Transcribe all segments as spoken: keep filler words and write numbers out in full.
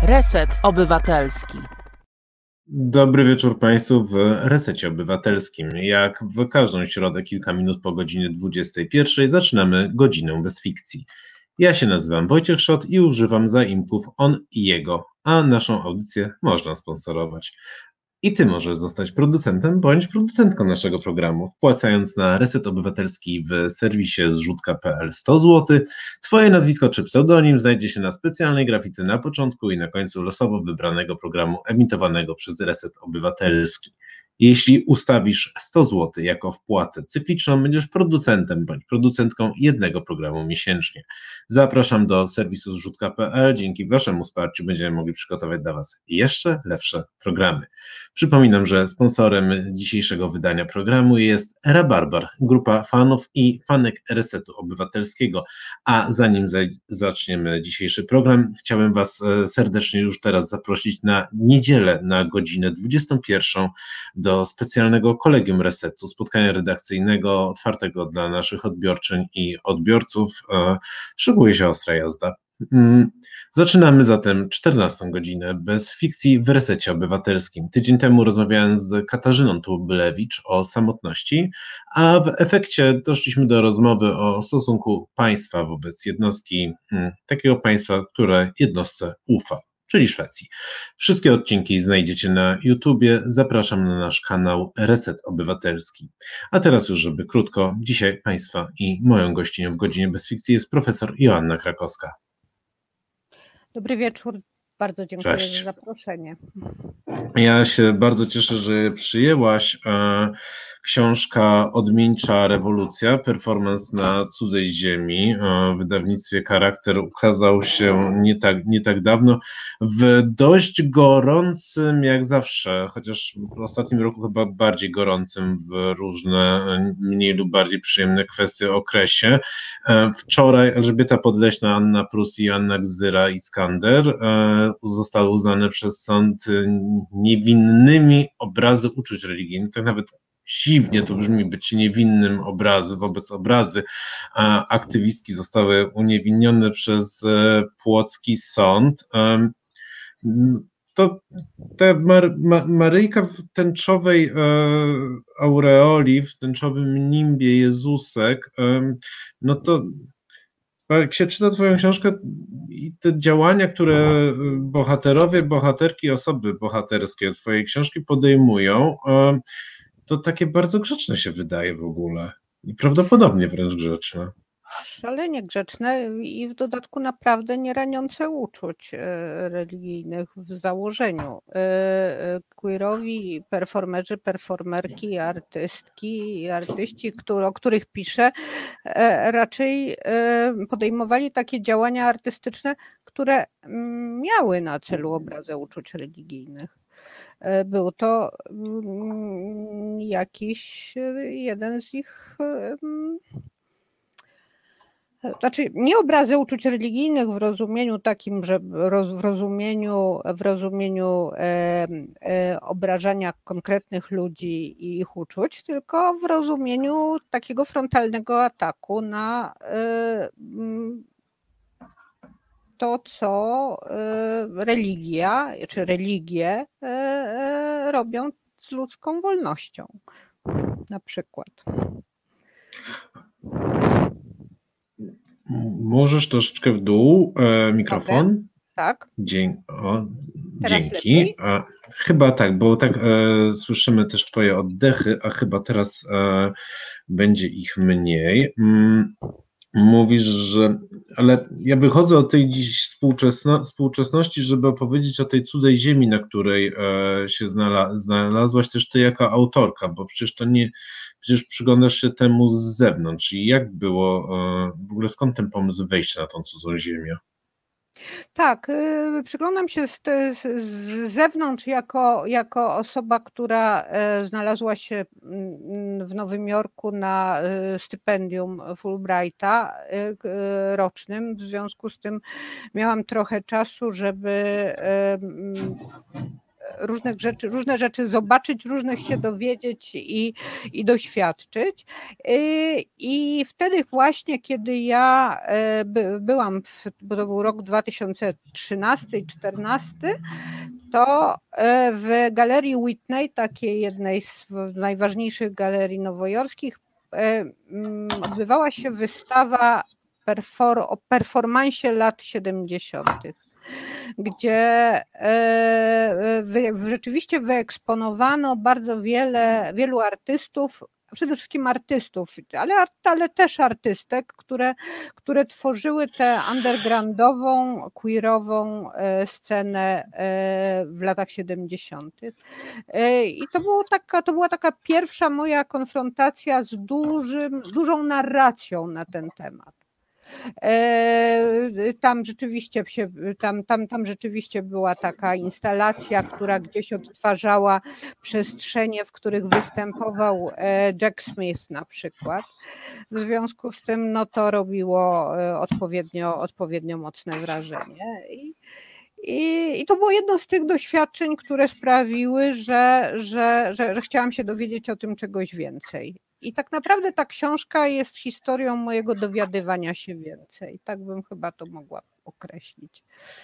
Reset Obywatelski. Dobry wieczór Państwu w Resecie Obywatelskim. Jak w każdą środę, kilka minut po godzinie dwudziestej pierwszej, zaczynamy godzinę bez fikcji. Ja się nazywam Wojciech Szot i używam zaimków on i jego, a naszą audycję można sponsorować. I Ty możesz zostać producentem bądź producentką naszego programu, wpłacając na Reset Obywatelski w serwisie zrzutka kropka pe el sto złotych. Twoje nazwisko czy pseudonim znajdzie się na specjalnej grafice na początku i na końcu losowo wybranego programu emitowanego przez Reset Obywatelski. Jeśli ustawisz sto złotych jako wpłatę cykliczną, będziesz producentem bądź producentką jednego programu miesięcznie. Zapraszam do serwisu zrzutka kropka pe el. Dzięki Waszemu wsparciu będziemy mogli przygotować dla Was jeszcze lepsze programy. Przypominam, że sponsorem dzisiejszego wydania programu jest Rabarbar, grupa fanów i fanek Resetu Obywatelskiego. A zanim zaczniemy dzisiejszy program, chciałem Was serdecznie już teraz zaprosić na niedzielę na godzinę dwudziestą pierwszą do specjalnego kolegium Resetu, spotkania redakcyjnego otwartego dla naszych odbiorczyń i odbiorców. Szykuje się ostra jazda. Zaczynamy zatem czternastą godzinę bez fikcji w Resecie Obywatelskim. Tydzień temu rozmawiałem z Katarzyną Tubylewicz o samotności, a w efekcie doszliśmy do rozmowy o stosunku państwa wobec jednostki, takiego państwa, które jednostce ufa, czyli Szwecji. Wszystkie odcinki znajdziecie na YouTubie. Zapraszam na nasz kanał Reset Obywatelski. A teraz już, żeby krótko, dzisiaj Państwa i moją gościnią w godzinie bez fikcji jest profesor Joanna Krakowska. Dobry wieczór, bardzo dziękuję Cześć. za zaproszenie. Ja się bardzo cieszę, że je przyjęłaś. Książka Odmieńcza rewolucja, performance na cudzej ziemi w wydawnictwie Charakter ukazał się nie tak, nie tak dawno w dość gorącym, jak zawsze, chociaż w ostatnim roku chyba bardziej gorącym w różne mniej lub bardziej przyjemne kwestie okresie. Wczoraj Elżbieta Podleśna, Anna Prus i Anna Gzyra Iskander zostały uznane przez sąd niewinnymi obrazy uczuć religijnych. Tak nawet dziwnie to brzmi, być niewinnym obrazy wobec obrazy. Aktywistki zostały uniewinnione przez płocki sąd. To ta Mar- Ma- Maryjka w tęczowej e, aureoli, w tęczowym nimbie Jezusek, e, no to jak się czyta Twoją książkę i te działania, które bohaterowie, bohaterki, osoby bohaterskie Twojej książki podejmują, to takie bardzo grzeczne się wydaje w ogóle i prawdopodobnie wręcz grzeczne. Szalenie grzeczne i w dodatku naprawdę nie raniące uczuć religijnych w założeniu. Queerowi performerzy, performerki, artystki i artyści, o których piszę, raczej podejmowali takie działania artystyczne, które miały na celu obrazę uczuć religijnych. Był to jakiś jeden z ich... Znaczy nie obrazy uczuć religijnych w rozumieniu takim, że w rozumieniu, w rozumieniu e, e, obrażania konkretnych ludzi i ich uczuć, tylko w rozumieniu takiego frontalnego ataku na e, to, co e, religia czy religie e, e, robią z ludzką wolnością, na przykład. Możesz troszeczkę w dół e, mikrofon? Mogę? Tak. Dzie- o, Teraz dzięki. A, chyba tak, bo tak e, słyszymy też Twoje oddechy, a chyba teraz e, będzie ich mniej. Mm, mówisz, że... Ale ja wychodzę od tej dziś współczesno, współczesności, żeby opowiedzieć o tej cudzej ziemi, na której e, się znalaz, znalazłaś też Ty jako autorka, bo przecież to nie... Przecież przyglądasz się temu z zewnątrz i jak było, w ogóle skąd ten pomysł wejścia na tą cudzą ziemię? Tak, y, przyglądam się z, te- z zewnątrz jako, jako osoba, która e, znalazła się mm, w Nowym Jorku na e, stypendium Fulbrighta e, k- e, rocznym. W związku z tym miałam trochę czasu, żeby e, mm, różnych rzeczy, różne rzeczy zobaczyć, różnych się dowiedzieć i, i doświadczyć. I wtedy właśnie, kiedy ja by, byłam, w, bo to był rok dwa tysiące trzynasty i czternasty, to w Galerii Whitney, takiej jednej z najważniejszych galerii nowojorskich, odbywała się wystawa perfor, o performansie lat siedemdziesiątych, gdzie wy, rzeczywiście wyeksponowano bardzo wiele, wielu artystów, przede wszystkim artystów, ale, ale też artystek, które, które tworzyły tę undergroundową, queerową scenę w latach siedemdziesiątych. I to, było taka, to była taka pierwsza moja konfrontacja z dużym, dużą narracją na ten temat. Tam rzeczywiście się, tam, tam, tam rzeczywiście była taka instalacja, która gdzieś odtwarzała przestrzenie, w których występował Jack Smith na przykład. W związku z tym no to robiło odpowiednio, odpowiednio mocne wrażenie. I, i, I to było jedno z tych doświadczeń, które sprawiły, że, że, że, że chciałam się dowiedzieć o tym czegoś więcej. I tak naprawdę ta książka jest historią mojego dowiadywania się więcej. Tak bym chyba to mogła określić.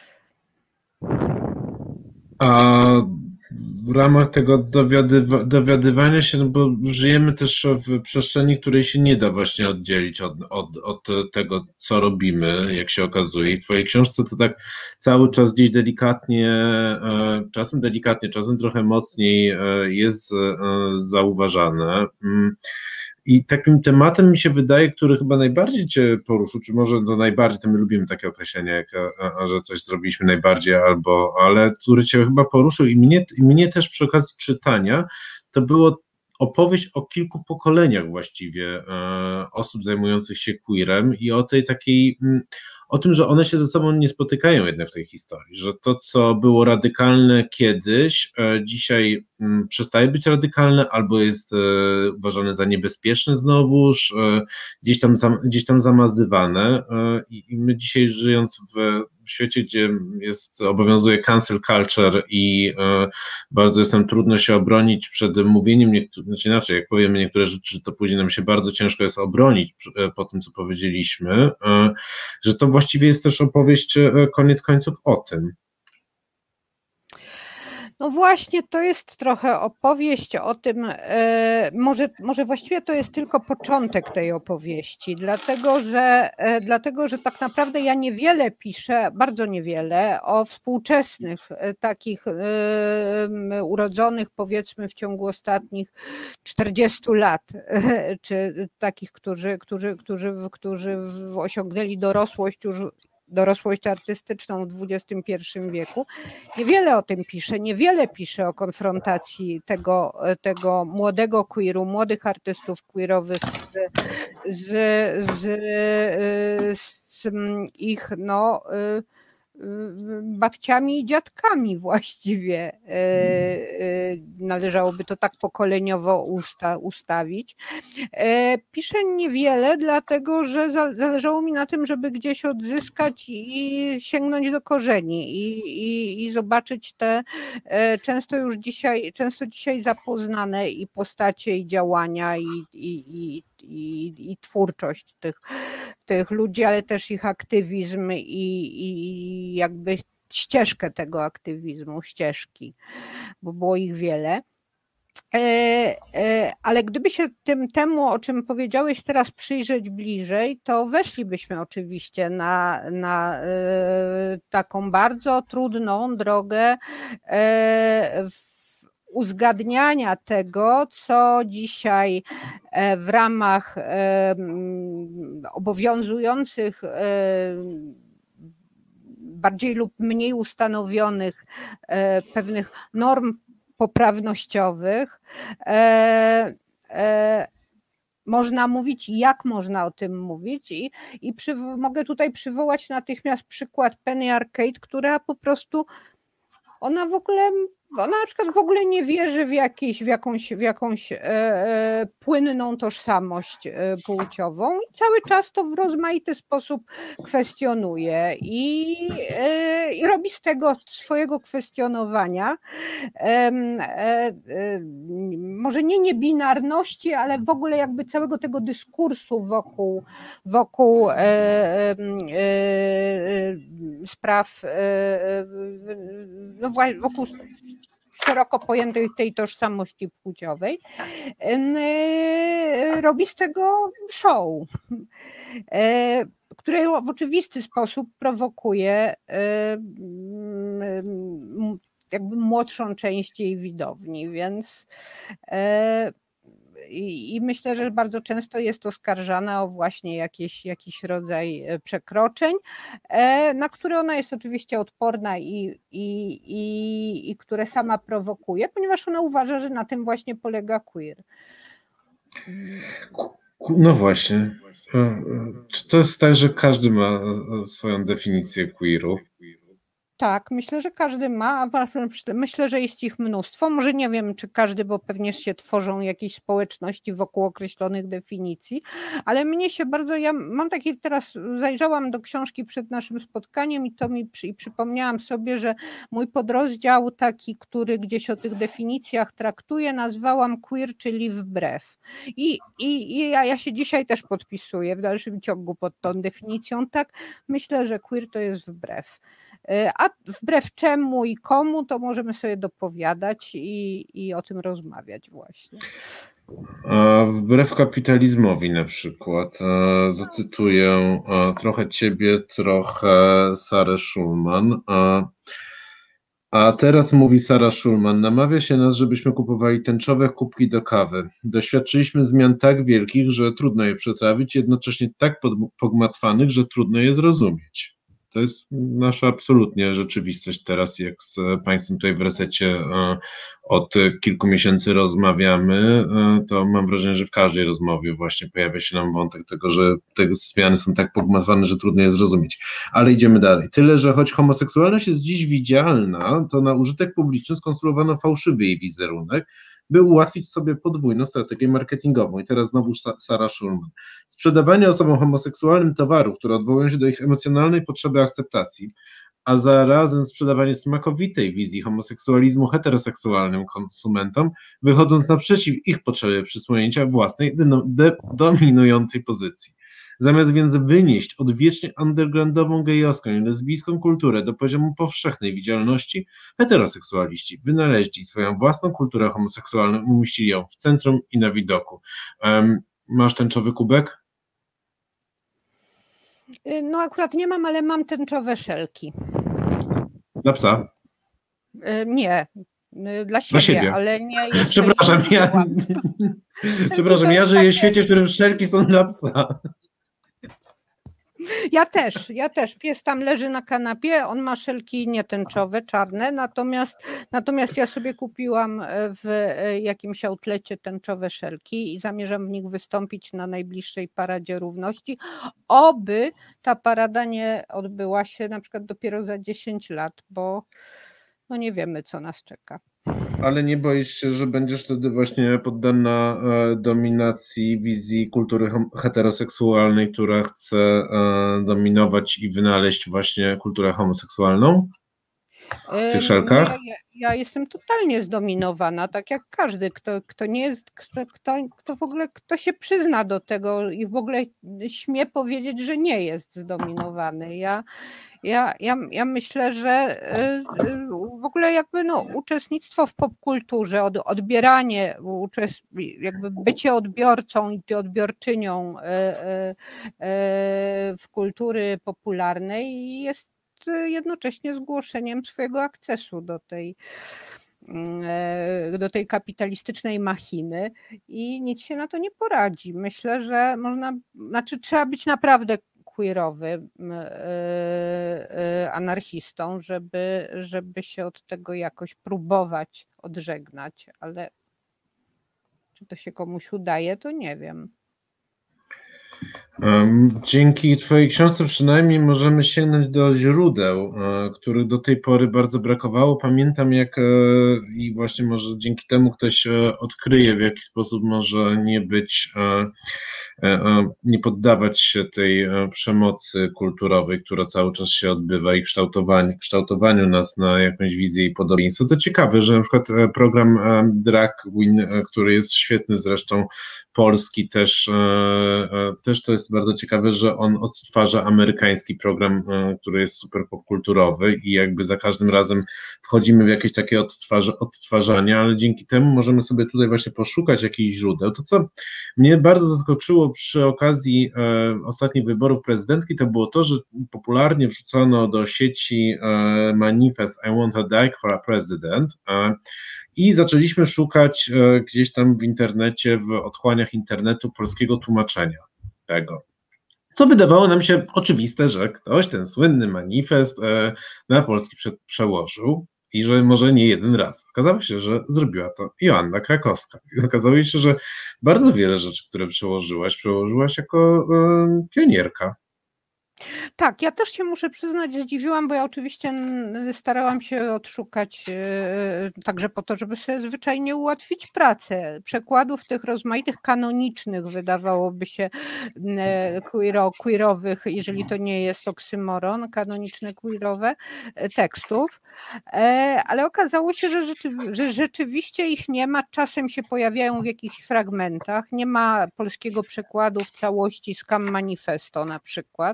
A w ramach tego dowiadywa- dowiadywania się, no bo żyjemy też w przestrzeni, której się nie da właśnie oddzielić od, od, od tego, co robimy, jak się okazuje. I w twojej książce to tak cały czas gdzieś delikatnie, czasem delikatnie, czasem trochę mocniej jest zauważane. I takim tematem mi się wydaje, który chyba najbardziej cię poruszył, czy może to najbardziej, to my lubimy takie określenia, jak, a, a, że coś zrobiliśmy najbardziej, albo, ale który cię chyba poruszył i mnie, i mnie też przy okazji czytania, to było opowieść o kilku pokoleniach właściwie e, osób zajmujących się queerem i o tej takiej, o tym, że one się ze sobą nie spotykają jednak w tej historii, że to, co było radykalne kiedyś, e, dzisiaj m, przestaje być radykalne albo jest e, uważane za niebezpieczne znowuż, e, gdzieś tam, zam, gdzieś tam zamazywane e, i, i my dzisiaj żyjąc w, w świecie, gdzie jest, obowiązuje cancel culture i e, bardzo jest nam trudno się obronić przed mówieniem, niektórych, znaczy inaczej, jak powiemy niektóre rzeczy, to później nam się bardzo ciężko jest obronić e, po tym, co powiedzieliśmy, e, że to właściwie jest też opowieść e, koniec końców o tym. No właśnie, to jest trochę opowieść o tym, e, może, może właściwie to jest tylko początek tej opowieści, dlatego że, e, dlatego, że tak naprawdę ja niewiele piszę, bardzo niewiele, o współczesnych, e, takich e, urodzonych powiedzmy w ciągu ostatnich czterdziestu lat, e, czy takich, którzy, którzy, którzy, którzy osiągnęli dorosłość już dorosłość artystyczną w dwudziestym pierwszym wieku. Niewiele o tym pisze, niewiele pisze o konfrontacji tego, tego młodego queeru, młodych artystów queerowych z, z, z, z, z ich no, babciami i dziadkami właściwie. Należałoby to tak pokoleniowo usta, ustawić. Piszę niewiele, dlatego że zależało mi na tym, żeby gdzieś odzyskać i sięgnąć do korzeni i, i, i zobaczyć te często już dzisiaj, często dzisiaj zapoznane i postacie, i działania, i, i, i I, i twórczość tych, tych ludzi, ale też ich aktywizm i, i jakby ścieżkę tego aktywizmu, ścieżki, bo było ich wiele. Ale gdyby się tym temu, o czym powiedziałeś teraz, przyjrzeć bliżej, to weszlibyśmy oczywiście na, na taką bardzo trudną drogę w uzgadniania tego, co dzisiaj w ramach obowiązujących bardziej lub mniej ustanowionych pewnych norm poprawnościowych można mówić, jak można o tym mówić i, i przy, mogę tutaj przywołać natychmiast przykład Penny Arcade, która po prostu ona w ogóle ona na przykład w ogóle nie wierzy w, jakieś, w jakąś, w jakąś e, e, płynną tożsamość e, płciową i cały czas to w rozmaity sposób kwestionuje i, e, i robi z tego swojego kwestionowania e, e, może nie niebinarności, ale w ogóle jakby całego tego dyskursu wokół, wokół e, e, e, spraw e, no, wokół szeroko pojętej tej tożsamości płciowej, robi z tego show, które w oczywisty sposób prowokuje jakby młodszą część jej widowni, więc I, I myślę, że bardzo często jest oskarżana o właśnie jakieś, jakiś rodzaj przekroczeń, na które ona jest oczywiście odporna i, i, i, i które sama prowokuje, ponieważ ona uważa, że na tym właśnie polega queer. No właśnie. Czy to jest tak, że każdy ma swoją definicję queeru? Tak, myślę, że każdy ma, a myślę, że jest ich mnóstwo. Może nie wiem, czy każdy, bo pewnie się tworzą jakieś społeczności wokół określonych definicji, ale mnie się bardzo, ja mam taki, teraz zajrzałam do książki przed naszym spotkaniem i to mi i przypomniałam sobie, że mój podrozdział taki, który gdzieś o tych definicjach traktuje, nazwałam queer, czyli wbrew. I, i, i ja, ja się dzisiaj też podpisuję w dalszym ciągu pod tą definicją, tak, myślę, że queer to jest wbrew. A wbrew czemu i komu, to możemy sobie dopowiadać i, i o tym rozmawiać właśnie. A wbrew kapitalizmowi na przykład, zacytuję trochę ciebie, trochę Sarę Schulman. A teraz mówi Sara Schulman, namawia się nas, żebyśmy kupowali tęczowe kubki do kawy. Doświadczyliśmy zmian tak wielkich, że trudno je przetrawić, jednocześnie tak pogmatwanych, że trudno je zrozumieć. To jest nasza absolutnie rzeczywistość teraz, jak z Państwem tutaj w Resecie od kilku miesięcy rozmawiamy, to mam wrażenie, że w każdej rozmowie właśnie pojawia się nam wątek tego, że te zmiany są tak pogmatwane, że trudno je zrozumieć. Ale idziemy dalej. Tyle, że choć homoseksualność jest dziś widzialna, to na użytek publiczny skonstruowano fałszywy jej wizerunek, by ułatwić sobie podwójną strategię marketingową. I teraz znowu Sara Schulman. Sprzedawanie osobom homoseksualnym towarów, które odwołują się do ich emocjonalnej potrzeby akceptacji, a zarazem sprzedawanie smakowitej wizji homoseksualizmu heteroseksualnym konsumentom, wychodząc naprzeciw ich potrzebie przysłonięcia własnej dominującej pozycji. Zamiast więc wynieść odwiecznie undergroundową gejowską i lesbijską kulturę do poziomu powszechnej widzialności, heteroseksualiści wynaleźli swoją własną kulturę homoseksualną i umieścili ją w centrum i na widoku. Um, masz tęczowy kubek? No akurat nie mam, ale mam tęczowe szelki. Dla psa? Nie, dla siebie, dla siebie. ale nie jeszcze Przepraszam, nie ja, Przepraszam, ja żyję w świecie, w którym szelki są dla psa. Ja też, ja też. Pies tam leży na kanapie, on ma szelki nietęczowe, czarne, natomiast, natomiast ja sobie kupiłam w jakimś outlecie tęczowe szelki i zamierzam w nich wystąpić na najbliższej Paradzie Równości. Oby ta parada nie odbyła się na przykład dopiero za dziesięć lat, bo no nie wiemy, co nas czeka. Ale nie boisz się, że będziesz wtedy właśnie poddana dominacji wizji kultury heteroseksualnej, która chce dominować i wynaleźć właśnie kulturę homoseksualną w tych szelkach? No ja, ja jestem totalnie zdominowana, tak jak każdy, kto, kto nie jest, kto, kto, kto w ogóle kto się przyzna do tego i w ogóle śmie powiedzieć, że nie jest zdominowany. Ja Ja, ja, ja myślę, że w ogóle jakby no, uczestnictwo w popkulturze, od, odbieranie, jakby bycie odbiorcą i odbiorczynią w kultury popularnej jest jednocześnie zgłoszeniem swojego akcesu do tej, do tej kapitalistycznej machiny i nic się na to nie poradzi. Myślę, że można, znaczy trzeba być naprawdę queerowy anarchistą, żeby, żeby się od tego jakoś próbować odżegnać, ale czy to się komuś udaje, to nie wiem. Dzięki Twojej książce przynajmniej możemy sięgnąć do źródeł, których do tej pory bardzo brakowało. Pamiętam, jak i właśnie może dzięki temu ktoś odkryje, w jaki sposób może nie być, nie poddawać się tej przemocy kulturowej, która cały czas się odbywa i kształtowaniu, kształtowaniu nas na jakąś wizję i podobieństwo. To ciekawe, że na przykład program Drag Queen, który jest świetny zresztą, polski też, też to jest bardzo ciekawe, że on odtwarza amerykański program, który jest super popkulturowy i jakby za każdym razem wchodzimy w jakieś takie odtwarza, odtwarzania, ale dzięki temu możemy sobie tutaj właśnie poszukać jakichś źródeł. To, co mnie bardzo zaskoczyło przy okazji e, ostatnich wyborów prezydenckich, to było to, że popularnie wrzucono do sieci e, manifest I want a dyke for a president, e, i zaczęliśmy szukać e, gdzieś tam w internecie, w otchłaniach internetu polskiego tłumaczenia tego. Co wydawało nam się oczywiste, że ktoś ten słynny manifest e, na polski prze, przełożył i że może nie jeden raz. Okazało się, że zrobiła to Joanna Krakowska. I okazało się, że bardzo wiele rzeczy, które przełożyłaś, przełożyłaś jako e, pionierka. Tak, ja też się muszę przyznać, zdziwiłam, bo ja oczywiście starałam się odszukać yy, także po to, żeby sobie zwyczajnie ułatwić pracę. Przekładów tych rozmaitych kanonicznych, wydawałoby się, yy, queero, queerowych, jeżeli to nie jest oksymoron, kanoniczne queerowe yy, tekstów, yy, ale okazało się, że, rzeczy, że rzeczywiście ich nie ma, czasem się pojawiają w jakichś fragmentach, nie ma polskiego przekładu w całości Scam Manifesto na przykład.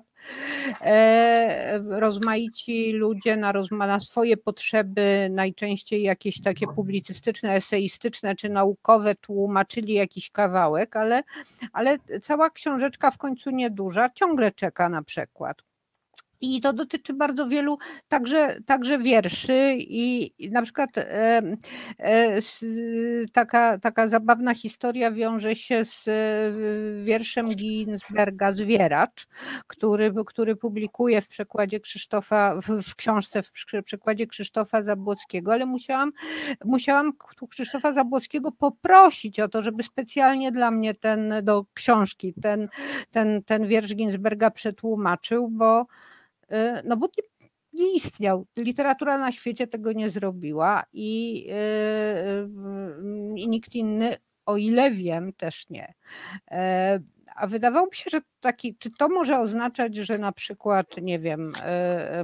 E, rozmaici ludzie na, rozma- na swoje potrzeby, najczęściej jakieś takie publicystyczne, eseistyczne czy naukowe, tłumaczyli jakiś kawałek, ale, ale cała książeczka w końcu nieduża ciągle czeka na przekład. I to dotyczy bardzo wielu także, także wierszy i, i na przykład e, e, taka, taka zabawna historia wiąże się z wierszem Ginsberga Zwieracz, który, który publikuje w przekładzie Krzysztofa, w, w książce w przekładzie Krzysztofa Zabłockiego, ale musiałam, musiałam Krzysztofa Zabłockiego poprosić o to, żeby specjalnie dla mnie ten, do książki ten, ten, ten wiersz Ginsberga przetłumaczył, bo no bo nie, nie istniał. Literatura na świecie tego nie zrobiła i, yy, i nikt inny, o ile wiem, też nie. E, a wydawało mi się, że taki, czy to może oznaczać, że na przykład, nie wiem, e,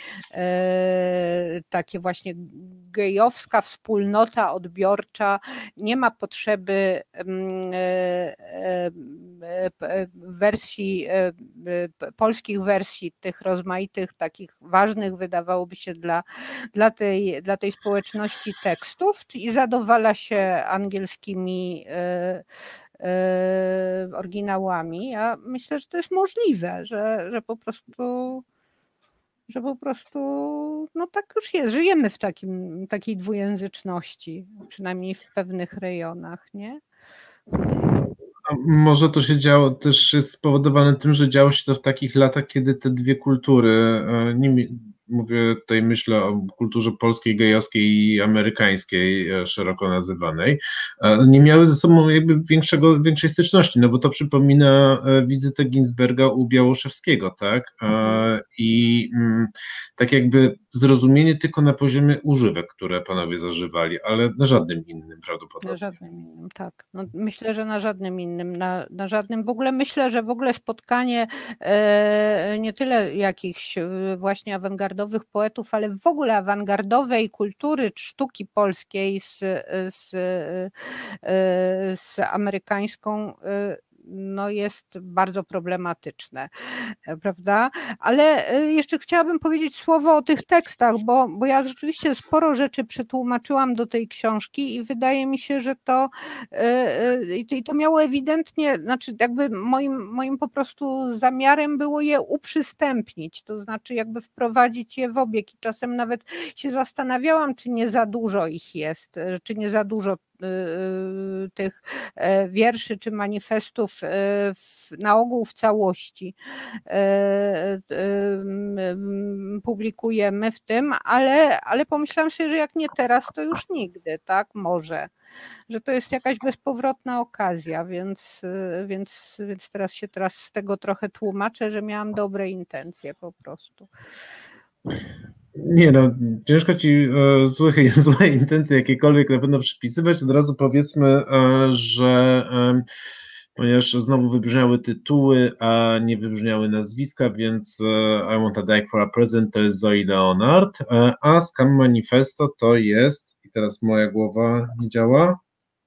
e, takie właśnie gejowska wspólnota odbiorcza nie ma potrzeby e, e, wersji, e, polskich wersji, tych rozmaitych, takich ważnych, wydawałoby się dla, dla, tej, dla tej społeczności tekstów, czyli zadowala się angielskimi e, oryginałami. Ja myślę, że to jest możliwe, że, że po prostu że po prostu no tak już jest, żyjemy w takim, takiej dwujęzyczności, przynajmniej w pewnych rejonach, nie? A może to się działo, też jest spowodowane tym, że działo się to w takich latach, kiedy te dwie kultury, nie mówię tutaj, myślę o kulturze polskiej, gejowskiej i amerykańskiej, szeroko nazywanej, nie miały ze sobą jakby większego, większej styczności, no bo to przypomina wizytę Ginsberga u Białoszewskiego, tak? I tak jakby zrozumienie tylko na poziomie używek, które panowie zażywali, ale na żadnym innym prawdopodobnie. Na żadnym innym, tak. No, myślę, że na żadnym innym, na, na żadnym. W ogóle myślę, że w ogóle spotkanie e, nie tyle jakichś właśnie awangardowych poetów, ale w ogóle awangardowej kultury, sztuki polskiej z, z, e, z amerykańską e, no jest bardzo problematyczne, prawda? Ale jeszcze chciałabym powiedzieć słowo o tych tekstach, bo, bo ja rzeczywiście sporo rzeczy przetłumaczyłam do tej książki i wydaje mi się, że to i to miało ewidentnie, znaczy jakby moim, moim po prostu zamiarem było je uprzystępnić, to znaczy jakby wprowadzić je w obieg i czasem nawet się zastanawiałam, czy nie za dużo ich jest, czy nie za dużo tych wierszy czy manifestów na ogół w całości publikujemy w tym, ale, ale pomyślałam sobie, że jak nie teraz, to już nigdy, tak, może, że to jest jakaś bezpowrotna okazja, więc, więc, więc teraz się teraz z tego trochę tłumaczę, że miałam dobre intencje po prostu. Nie no, ciężko ci e, złe, złe intencje jakiekolwiek na pewno przypisywać. Od razu powiedzmy, e, że e, ponieważ znowu wybrzmiały tytuły, a nie wybrzmiały nazwiska, więc e, I Want a Dyke for a President to jest Zoe Leonard, e, a Scam Manifesto to jest, i teraz moja głowa nie działa,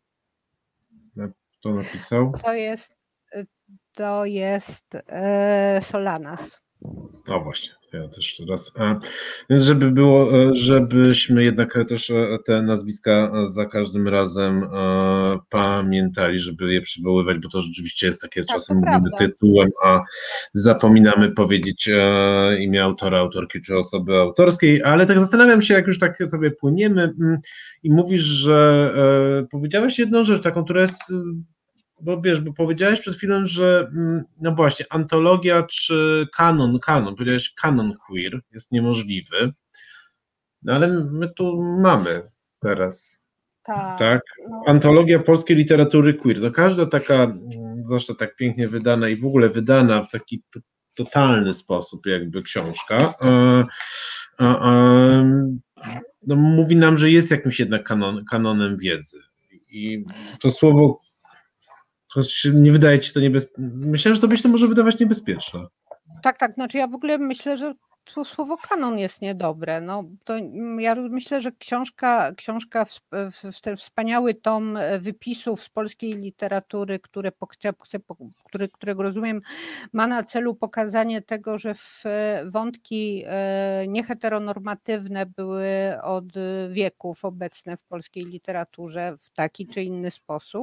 kto napisał? To jest, to jest e, Solanas. O właśnie, ja też raz. Więc żeby było, żebyśmy jednak też te nazwiska za każdym razem pamiętali, żeby je przywoływać, bo to rzeczywiście jest takie, Tak, czasem to mówimy prawda. tytułem, a zapominamy powiedzieć imię autora, autorki czy osoby autorskiej, ale tak zastanawiam się, jak już tak sobie płyniemy i mówisz, że powiedziałeś jedną rzecz taką, która jest. Bo wiesz, bo powiedziałeś przed chwilą, że no właśnie, antologia czy kanon, kanon, powiedziałeś kanon queer jest niemożliwy, no ale my tu mamy teraz, Tak. tak? No. Antologia polskiej literatury queer, to każda taka, zwłaszcza tak pięknie wydana i w ogóle wydana w taki t- totalny sposób jakby książka, a, a, a, no mówi nam, że jest jakimś jednak kanon, kanonem wiedzy i to słowo. To się, nie wydaje ci to niebezpieczne. Myślę, że to byś to może wydawać niebezpieczne. Tak, tak, znaczy ja w ogóle myślę, że to słowo kanon jest niedobre. No, to ja myślę, że książka, książka w, w, ten wspaniały tom wypisów z polskiej literatury, które, który, którego rozumiem, ma na celu pokazanie tego, że w wątki nieheteronormatywne były od wieków obecne w polskiej literaturze w taki czy inny sposób.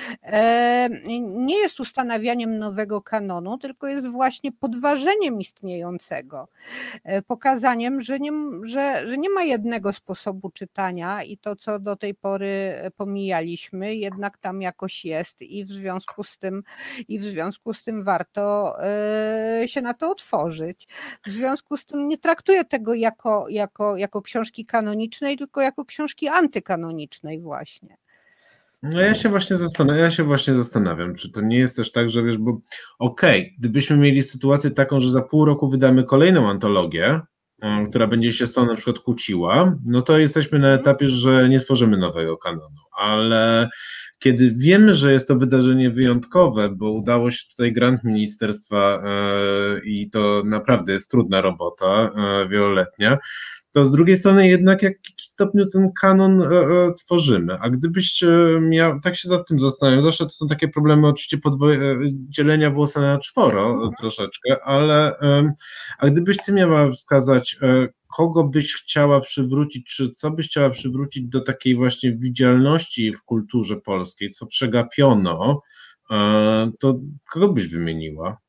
Nie jest ustanawianiem nowego kanonu, tylko jest właśnie podważeniem istniejącego. Pokazaniem, że nie, że, że nie ma jednego sposobu czytania i to, co do tej pory pomijaliśmy, jednak tam jakoś jest i w związku z tym, i w związku z tym warto się na to otworzyć. W związku z tym nie traktuję tego jako, jako, jako książki kanonicznej, tylko jako książki antykanonicznej właśnie. No ja się właśnie zastanawiam, ja się właśnie zastanawiam, czy to nie jest też tak, że wiesz, bo okej, okay, gdybyśmy mieli sytuację taką, że za pół roku wydamy kolejną antologię, um, która będzie się z tą na przykład kłóciła, no to jesteśmy na etapie, że nie tworzymy nowego kanonu, ale kiedy wiemy, że jest to wydarzenie wyjątkowe, bo udało się tutaj grant ministerstwa e, i to naprawdę jest trudna robota, e, wieloletnia, to z drugiej strony jednak w jakiś stopniu ten kanon e, e, tworzymy. A gdybyś miał, tak się nad tym zastanawiam, zawsze to są takie problemy oczywiście podwoje, dzielenia włosa na czworo mhm. troszeczkę, ale e, a gdybyś ty miała wskazać, e, kogo byś chciała przywrócić, czy co byś chciała przywrócić do takiej właśnie widzialności w kulturze polskiej, co przegapiono, e, to kogo byś wymieniła?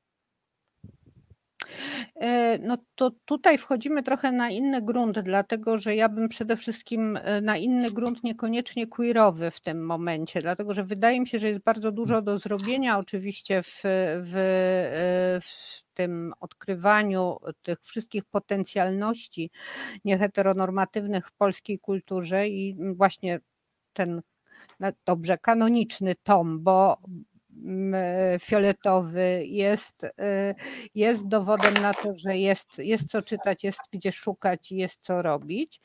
No to tutaj wchodzimy trochę na inny grunt, dlatego że ja bym przede wszystkim na inny grunt niekoniecznie queerowy w tym momencie, dlatego że wydaje mi się, że jest bardzo dużo do zrobienia oczywiście w, w, w tym odkrywaniu tych wszystkich potencjalności nieheteronormatywnych w polskiej kulturze i właśnie ten dobrze kanoniczny tom, bo fioletowy jest, jest dowodem na to, że jest, jest co czytać, jest gdzie szukać i jest co robić.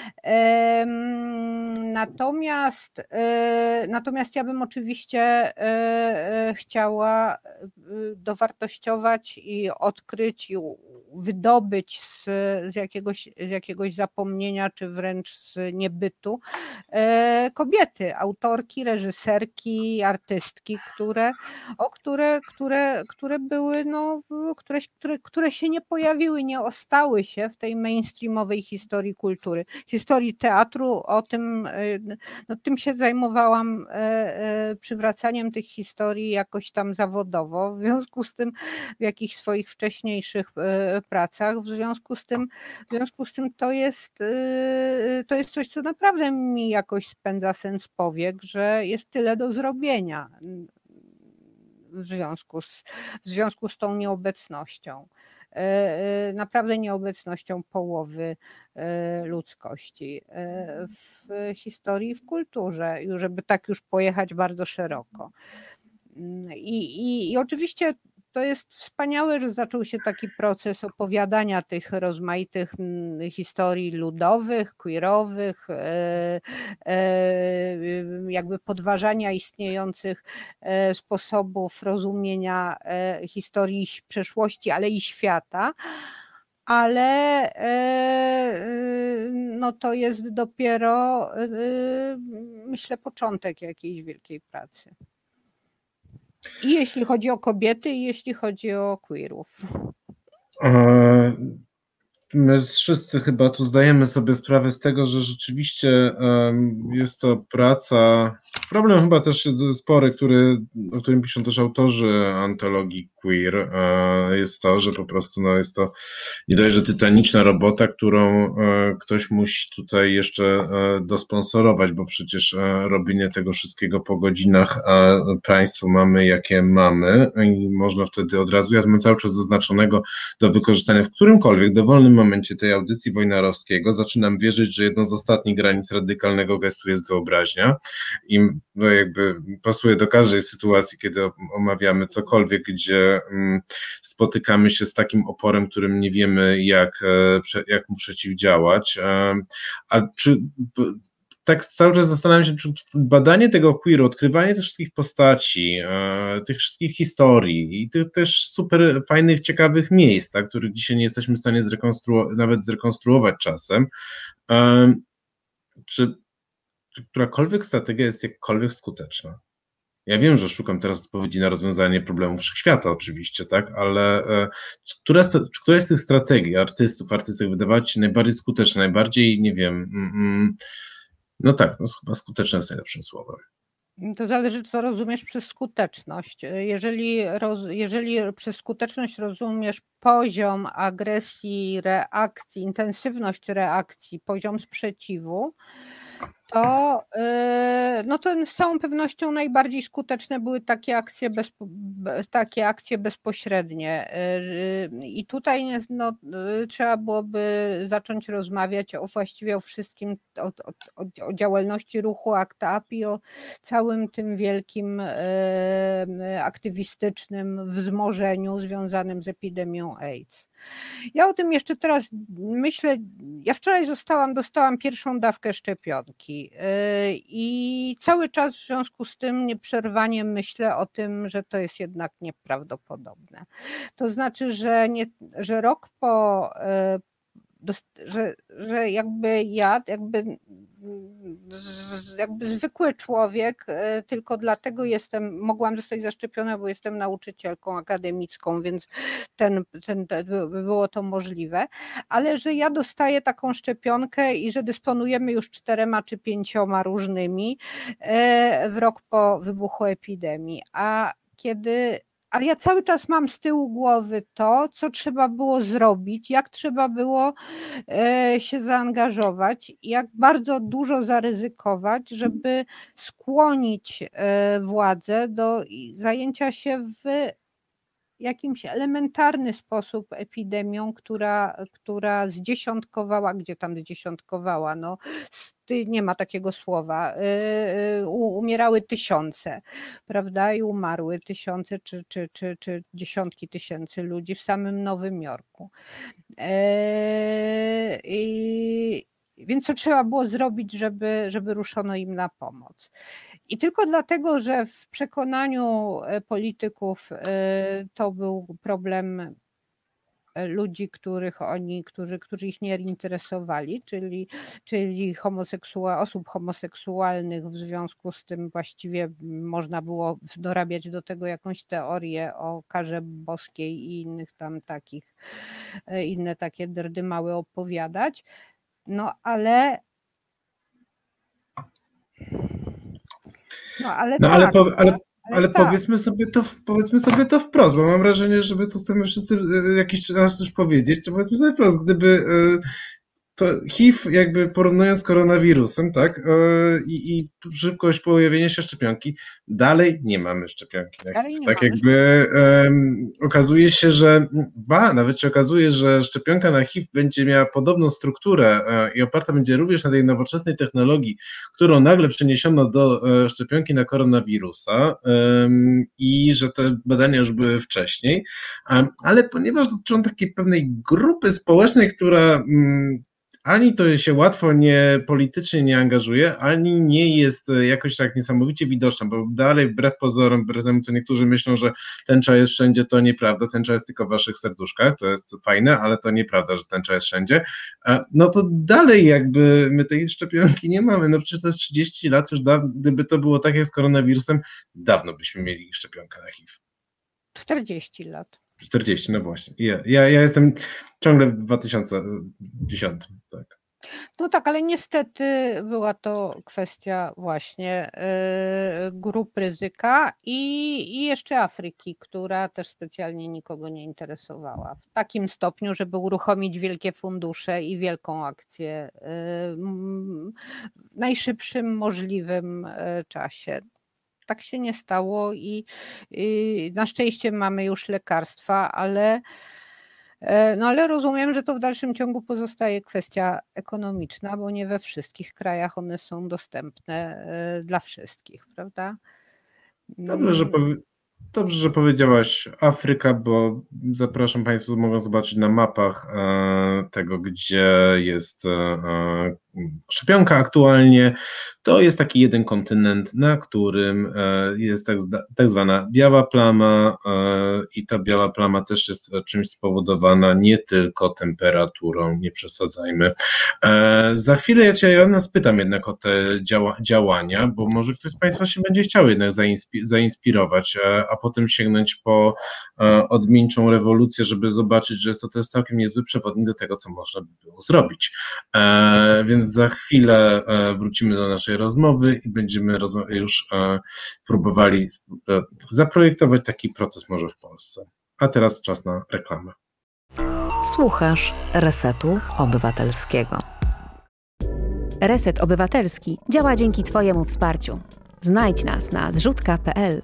Natomiast, natomiast ja bym oczywiście chciała dowartościować i odkryć i wydobyć z, z, jakiegoś, z jakiegoś zapomnienia, czy wręcz z niebytu kobiety, autorki, reżyserki, artystki, które które, o które, które, które były, no, które, które, które się nie pojawiły, nie ostały się w tej mainstreamowej historii kultury. Historii teatru, o tym, no, tym się zajmowałam, przywracaniem tych historii jakoś tam zawodowo, w związku z tym w jakichś swoich wcześniejszych pracach, w związku z tym, w związku z tym to jest, to jest coś, co naprawdę mi jakoś spędza sens powiek, że jest tyle do zrobienia w związku z, w związku z tą nieobecnością. Naprawdę nieobecnością połowy ludzkości w historii, w kulturze, żeby tak już pojechać bardzo szeroko. I, i, i oczywiście to jest wspaniałe, że zaczął się taki proces opowiadania tych rozmaitych historii ludowych, queerowych, jakby podważania istniejących sposobów rozumienia historii przeszłości, ale i świata. Ale no to jest dopiero, myślę, początek jakiejś wielkiej pracy. I jeśli chodzi o kobiety, i jeśli chodzi o queerów. My wszyscy chyba tu zdajemy sobie sprawę z tego, że rzeczywiście jest to praca. Problem chyba też jest spory, który, o którym piszą też autorzy antologii queer, jest to, że po prostu no, jest to nie dość, że tytaniczna robota, którą ktoś musi tutaj jeszcze dosponsorować, bo przecież robienie tego wszystkiego po godzinach, a państwo mamy jakie mamy i można wtedy od razu, ja mam cały czas zaznaczonego do wykorzystania w którymkolwiek dowolnym momencie tej audycji Wojnarowskiego, zaczynam wierzyć, że jedną z ostatnich granic radykalnego gestu jest wyobraźnia i no jakby pasuje do każdej sytuacji, kiedy omawiamy cokolwiek, gdzie mm, spotykamy się z takim oporem, którym nie wiemy jak, jak mu przeciwdziałać. A czy tak cały czas zastanawiam się, czy badanie tego queeru, odkrywanie tych wszystkich postaci, tych wszystkich historii i tych też super fajnych, ciekawych miejsc, tak, które dzisiaj nie jesteśmy w stanie zrekonstruować, nawet zrekonstruować czasem, czy, czy którakolwiek strategia jest jakkolwiek skuteczna? Ja wiem, że szukam teraz odpowiedzi na rozwiązanie problemów wszechświata oczywiście, tak, ale która, która z tych strategii artystów, artystek wydawała ci się najbardziej skuteczna, najbardziej, nie wiem, mm, no tak, no chyba skuteczne jest najlepszym słowem. To zależy, co rozumiesz przez skuteczność. Jeżeli, roz, jeżeli przez skuteczność rozumiesz poziom agresji, reakcji, intensywność reakcji, poziom sprzeciwu, to, no to z całą pewnością najbardziej skuteczne były takie akcje, bez, takie akcje bezpośrednie. I tutaj no, trzeba byłoby zacząć rozmawiać o właściwie o wszystkim, o, o, o działalności ruchu ACT UP i o całym tym wielkim aktywistycznym wzmożeniu związanym z epidemią AIDS. Ja o tym jeszcze teraz myślę, ja wczoraj zostałam, dostałam pierwszą dawkę szczepionki i cały czas w związku z tym nieprzerwanie myślę o tym, że to jest jednak nieprawdopodobne. To znaczy, że, nie, że rok po, że, że jakby ja, jakby jakby zwykły człowiek, tylko dlatego jestem, mogłam zostać zaszczepiona, bo jestem nauczycielką akademicką, więc ten, ten, ten, było to możliwe, ale że ja dostaję taką szczepionkę i że dysponujemy już czterema czy pięcioma różnymi w rok po wybuchu epidemii, a kiedy Ale ja cały czas mam z tyłu głowy to, co trzeba było zrobić, jak trzeba było się zaangażować, jak bardzo dużo zaryzykować, żeby skłonić władzę do zajęcia się w jakimś elementarny sposób epidemią, która, która zdziesiątkowała, gdzie tam zdziesiątkowała, no nie ma takiego słowa, umierały tysiące, prawda, i umarły tysiące czy, czy, czy, czy dziesiątki tysięcy ludzi w samym Nowym Jorku. I, więc co trzeba było zrobić, żeby, żeby ruszono im na pomoc? I tylko dlatego, że w przekonaniu polityków to był problem ludzi, których oni, którzy, którzy ich nie interesowali, czyli, czyli homoseksua- osób homoseksualnych. W związku z tym właściwie można było dorabiać do tego jakąś teorię o karze boskiej i innych tam takich, inne takie derdymały opowiadać. No ale no ale No ale, tak, po, no, ale, ale ale tak. powiedzmy sobie to, w- powiedzmy sobie to wprost, bo mam wrażenie, że my tu chcemy wszyscy e, jakiś raz już powiedzieć, to powiedzmy sobie wprost, gdyby e, to H I V jakby porównując z koronawirusem, tak, e, i, i szybkość pojawienia się szczepionki, dalej nie mamy szczepionki na Dalej H I V, nie tak mamy jakby em, okazuje się, że, ba, nawet się okazuje, że szczepionka na H I V będzie miała podobną strukturę e, i oparta będzie również na tej nowoczesnej technologii, którą nagle przeniesiono do e, szczepionki na koronawirusa em, i że te badania już były wcześniej, Em, ale ponieważ dotyczą takiej pewnej grupy społecznej, która mm, ani to się łatwo nie politycznie nie angażuje, ani nie jest e, jakoś tak niesamowicie widoczna, bo dalej wbrew pozorom, wbrew temu, co niektórzy myślą, że tęcza jest wszędzie, to nieprawda, tęcza jest tylko w waszych serduszkach, to jest fajne, ale to nieprawda, że tęcza jest wszędzie, E, no to dalej jakby my tej szczepionki nie mamy, no przecież to jest trzydzieści lat, już da, gdyby to było tak jak z koronawirusem, dawno byśmy mieli szczepionkę na H I V. czterdzieści lat. czterdzieści, no właśnie. Ja, ja, ja jestem ciągle w dwa tysiące dziesiątym, tak. No tak, ale niestety była to kwestia właśnie y, grup ryzyka i, i jeszcze Afryki, która też specjalnie nikogo nie interesowała. W takim stopniu, żeby uruchomić wielkie fundusze i wielką akcję y, m, w najszybszym możliwym y, czasie. Tak się nie stało i, i na szczęście mamy już lekarstwa, ale E, No ale rozumiem, że to w dalszym ciągu pozostaje kwestia ekonomiczna, bo nie we wszystkich krajach one są dostępne e, dla wszystkich, prawda? Dobrze, że, Mm, powie, dobrze, że powiedziałaś Afryka, bo zapraszam Państwa, mogą zobaczyć na mapach e, tego, gdzie jest e, e, szczepionka aktualnie. To jest taki jeden kontynent, na którym e, jest tak, zda- tak zwana biała plama e, i ta biała plama też jest czymś spowodowana nie tylko temperaturą, nie przesadzajmy. E, za chwilę ja Cię, Joanna, spytam jednak o te działa, działania, bo może ktoś z Państwa się będzie chciał jednak zainspi- zainspirować, e, a potem sięgnąć po e, odmieńczą rewolucję, żeby zobaczyć, że jest to też całkiem niezły przewodnik do tego, co można by było zrobić. E, więc za chwilę e, wrócimy do naszej rozmowy i będziemy rozma- już e, próbowali e, zaprojektować taki proces może w Polsce. A teraz czas na reklamę. Słuchasz Resetu Obywatelskiego. Reset Obywatelski działa dzięki Twojemu wsparciu. Znajdź nas na zrzutka kropka pe el.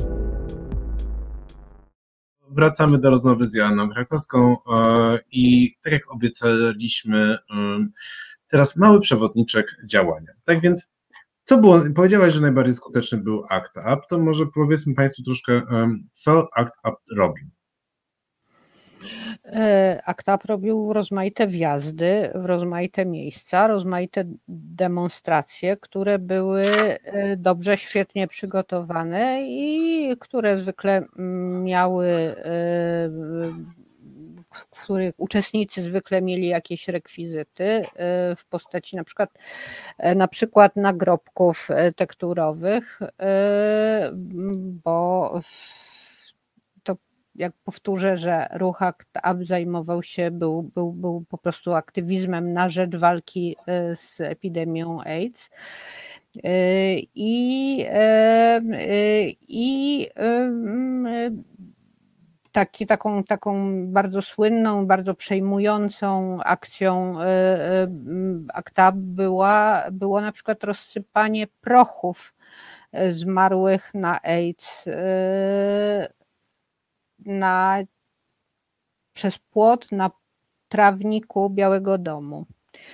Wracamy do rozmowy z Joanną Krakowską e, i tak jak obiecaliśmy, e, teraz mały przewodniczek działania. Tak więc, co było, powiedziałaś, że najbardziej skuteczny był ACT UP, to może powiedzmy Państwu troszkę, e, co ACT UP robił. e, ACT-UP robił rozmaite wjazdy w rozmaite miejsca, rozmaite demonstracje, które były e, dobrze, świetnie przygotowane i które zwykle mm, miały e, w których uczestnicy zwykle mieli jakieś rekwizyty e, w postaci na przykład, e, na przykład nagrobków e, tekturowych, e, bo w- to jak powtórzę, że ruch ACT UP zajmował się, był, był, był po prostu aktywizmem na rzecz walki e, z epidemią AIDS. E, I, e, e, i e, taki, taką, taką bardzo słynną, bardzo przejmującą akcją e, e, ACT UP była, było na przykład rozsypanie prochów e, zmarłych na AIDS e, na, przez płot na trawniku Białego Domu.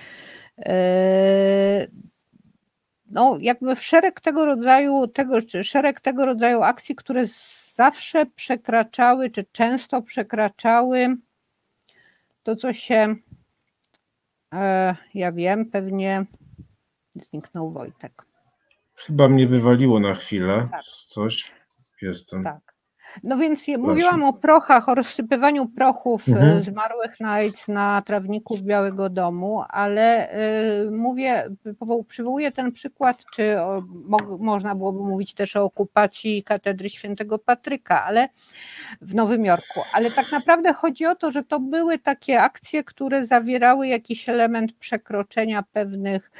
E, No, jakby w szereg tego rodzaju, tego, czy szereg tego rodzaju akcji, które zawsze przekraczały, czy często przekraczały to, co się, e, ja wiem, pewnie zniknął Wojtek. Chyba mnie wywaliło na chwilę Tak. coś, jestem. Tak. No więc je, mówiłam o prochach, o rozsypywaniu prochów Mhm. zmarłych na AIDS na trawniku Białego Domu, ale y, mówię, powoł- przywołuję ten przykład, czy o, mo, można byłoby mówić też o okupacji katedry Świętego Patryka, ale w Nowym Jorku, ale tak naprawdę chodzi o to, że to były takie akcje, które zawierały jakiś element przekroczenia pewnych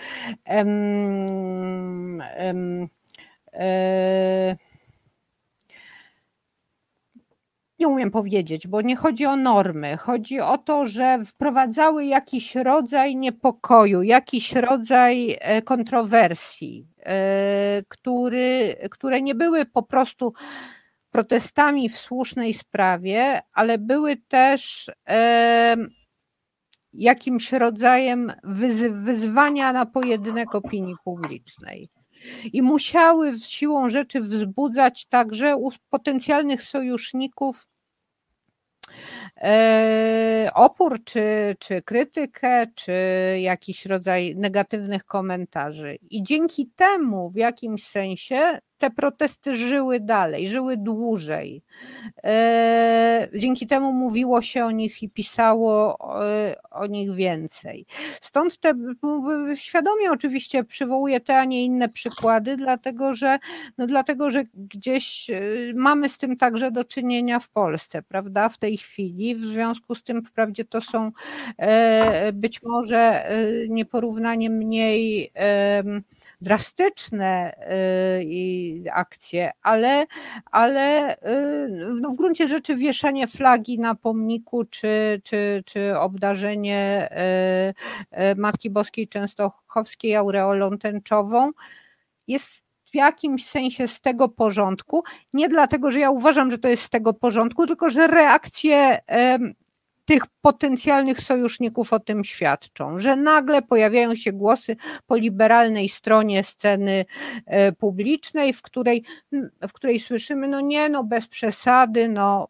em, em, e, nie umiem powiedzieć, bo nie chodzi o normy, chodzi o to, że wprowadzały jakiś rodzaj niepokoju, jakiś rodzaj e, kontrowersji, e, który, które nie były po prostu protestami w słusznej sprawie, ale były też e, jakimś rodzajem wyzy, wyzwania na pojedynek opinii publicznej. I musiały siłą rzeczy wzbudzać także u potencjalnych sojuszników opór, czy, czy krytykę, czy jakiś rodzaj negatywnych komentarzy. I dzięki temu w jakimś sensie te protesty żyły dalej, żyły dłużej. Dzięki temu mówiło się o nich i pisało o nich więcej. Stąd te, świadomie oczywiście przywołuję te, a nie inne przykłady, dlatego że, no dlatego, że gdzieś mamy z tym także do czynienia w Polsce, prawda, w tej chwili. W związku z tym wprawdzie to są być może nieporównanie mniej drastyczne akcje, ale, ale no w gruncie rzeczy wieszanie flagi na pomniku czy, czy, czy obdarzenie Matki Boskiej Częstochowskiej aureolą tęczową jest w jakimś sensie z tego porządku. Nie dlatego, że ja uważam, że to jest z tego porządku, tylko że reakcje tych potencjalnych sojuszników o tym świadczą, że nagle pojawiają się głosy po liberalnej stronie sceny publicznej, w której, w której słyszymy, no nie, no bez przesady, no,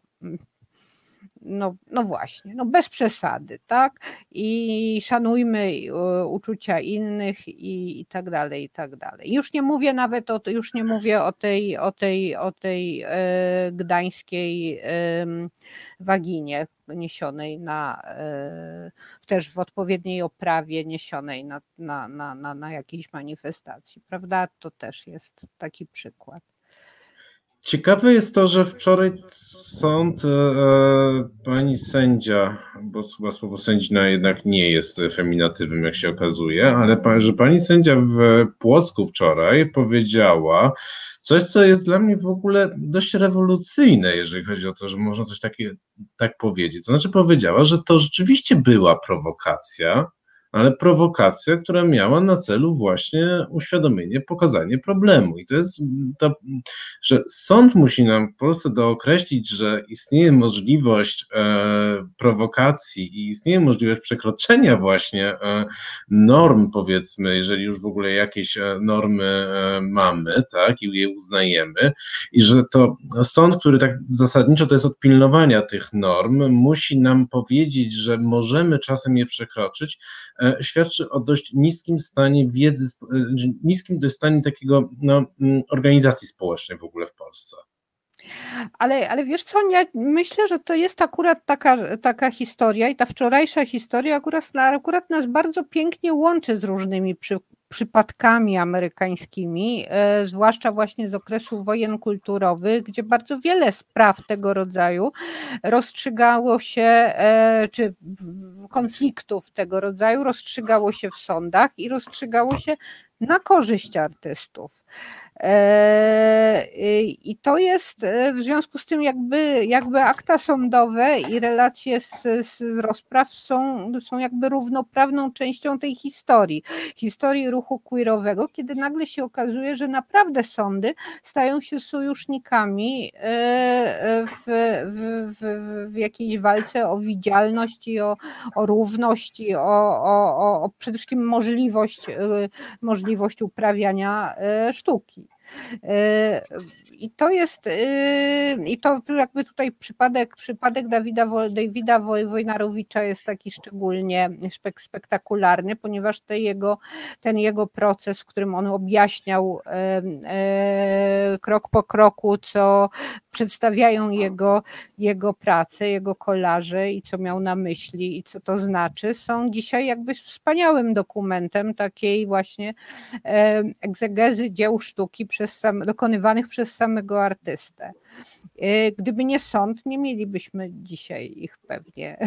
no, no właśnie, no bez przesady, tak? I szanujmy uczucia innych i, i tak dalej, i tak dalej. Już nie mówię nawet o, już nie mówię o tej, o tej, o tej e, gdańskiej e, waginie niesionej na, e, też w odpowiedniej oprawie niesionej na, na, na, na, na jakiejś manifestacji, prawda? To też jest taki przykład. Ciekawe jest to, że wczoraj sąd, e, pani sędzia, bo chyba słowo sędzina jednak nie jest feminatywem, jak się okazuje, ale pa, że pani sędzia w Płocku wczoraj powiedziała coś, co jest dla mnie w ogóle dość rewolucyjne, jeżeli chodzi o to, że można coś takiego tak powiedzieć. To znaczy powiedziała, że to rzeczywiście była prowokacja, ale prowokacja, która miała na celu właśnie uświadomienie, pokazanie problemu. I to jest to, że sąd musi nam w Polsce dookreślić, że istnieje możliwość e, prowokacji i istnieje możliwość przekroczenia właśnie e, norm, powiedzmy, jeżeli już w ogóle jakieś normy e, mamy, tak, i je uznajemy, i że to sąd, który tak zasadniczo to jest od pilnowania tych norm, musi nam powiedzieć, że możemy czasem je przekroczyć, świadczy o dość niskim stanie wiedzy, niskim stanie takiego no, organizacji społecznej w ogóle w Polsce. Ale, ale wiesz co, ja myślę, że to jest akurat taka, taka historia i ta wczorajsza historia akurat, akurat nas bardzo pięknie łączy z różnymi przy, przypadkami amerykańskimi, e, zwłaszcza właśnie z okresu wojen kulturowych, gdzie bardzo wiele spraw tego rodzaju rozstrzygało się, e, czy konfliktów tego rodzaju rozstrzygało się w sądach i rozstrzygało się na korzyść artystów. I to jest w związku z tym jakby, jakby akta sądowe i relacje z, z rozpraw są, są jakby równoprawną częścią tej historii, historii ruchu queerowego, kiedy nagle się okazuje, że naprawdę sądy stają się sojusznikami w, w, w, w jakiejś walce o widzialność i o, o równość i o, o, o przede wszystkim możliwość, możliwość uprawiania sztuki. I to jest, i to jakby tutaj przypadek, przypadek Dawida, Davida Wojnarowicza jest taki szczególnie spektakularny, ponieważ te jego, ten jego proces, w którym on objaśniał krok po kroku, co przedstawiają jego, jego prace, jego kolaże i co miał na myśli i co to znaczy, są dzisiaj jakby wspaniałym dokumentem takiej właśnie egzegezy dzieł sztuki przez sam, dokonywanych przez samego artystę. Gdyby nie sąd, nie mielibyśmy dzisiaj ich pewnie.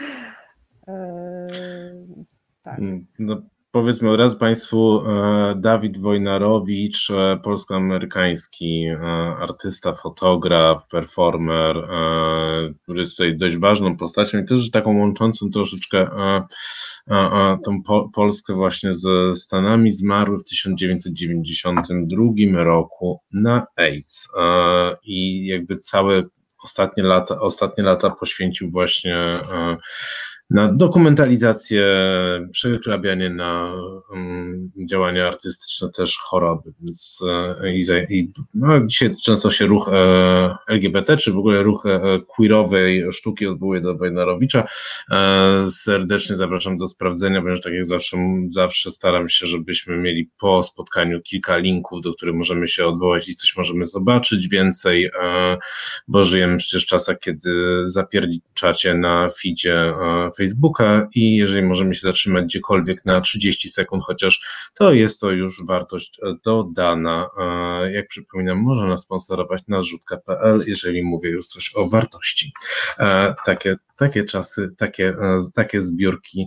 Tak. No, powiedzmy od razu Państwu, Dawid Wojnarowicz, polsko-amerykański artysta, fotograf, performer, który jest tutaj dość ważną postacią i też taką łączącą troszeczkę tą Polskę właśnie ze Stanami. Zmarł w tysiąc dziewięćset dziewięćdziesiątym drugim roku na AIDS i jakby całe ostatnie lata, ostatnie lata poświęcił właśnie na dokumentalizację, przerabianie na um, działania artystyczne też choroby, więc i, i, no, dzisiaj często się ruch e, L G B T, czy w ogóle ruch e, queerowej sztuki odwołuje do Wojnarowicza. E, serdecznie zapraszam do sprawdzenia, ponieważ tak jak zawsze, zawsze staram się, żebyśmy mieli po spotkaniu kilka linków, do których możemy się odwołać i coś możemy zobaczyć więcej, e, bo żyjemy przecież w czasach, kiedy zapierniczacie na feedzie e, Facebooka i jeżeli możemy się zatrzymać gdziekolwiek na trzydzieści sekund chociaż, to jest to już wartość dodana. Jak przypominam, można nas sponsorować na zrzutka kropka p l, jeżeli mówię już coś o wartości. Takie, takie czasy, takie, takie zbiórki,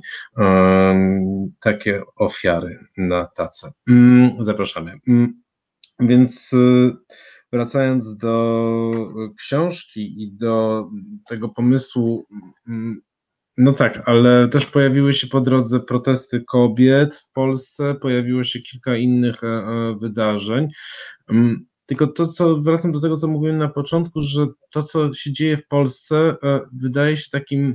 takie ofiary na tacę. Zapraszamy. Więc wracając do książki i do tego pomysłu, no tak, ale też pojawiły się po drodze protesty kobiet w Polsce, pojawiło się kilka innych e, wydarzeń. Tylko to, co wracam do tego, co mówiłem na początku, że to, co się dzieje w Polsce, e, wydaje się takim.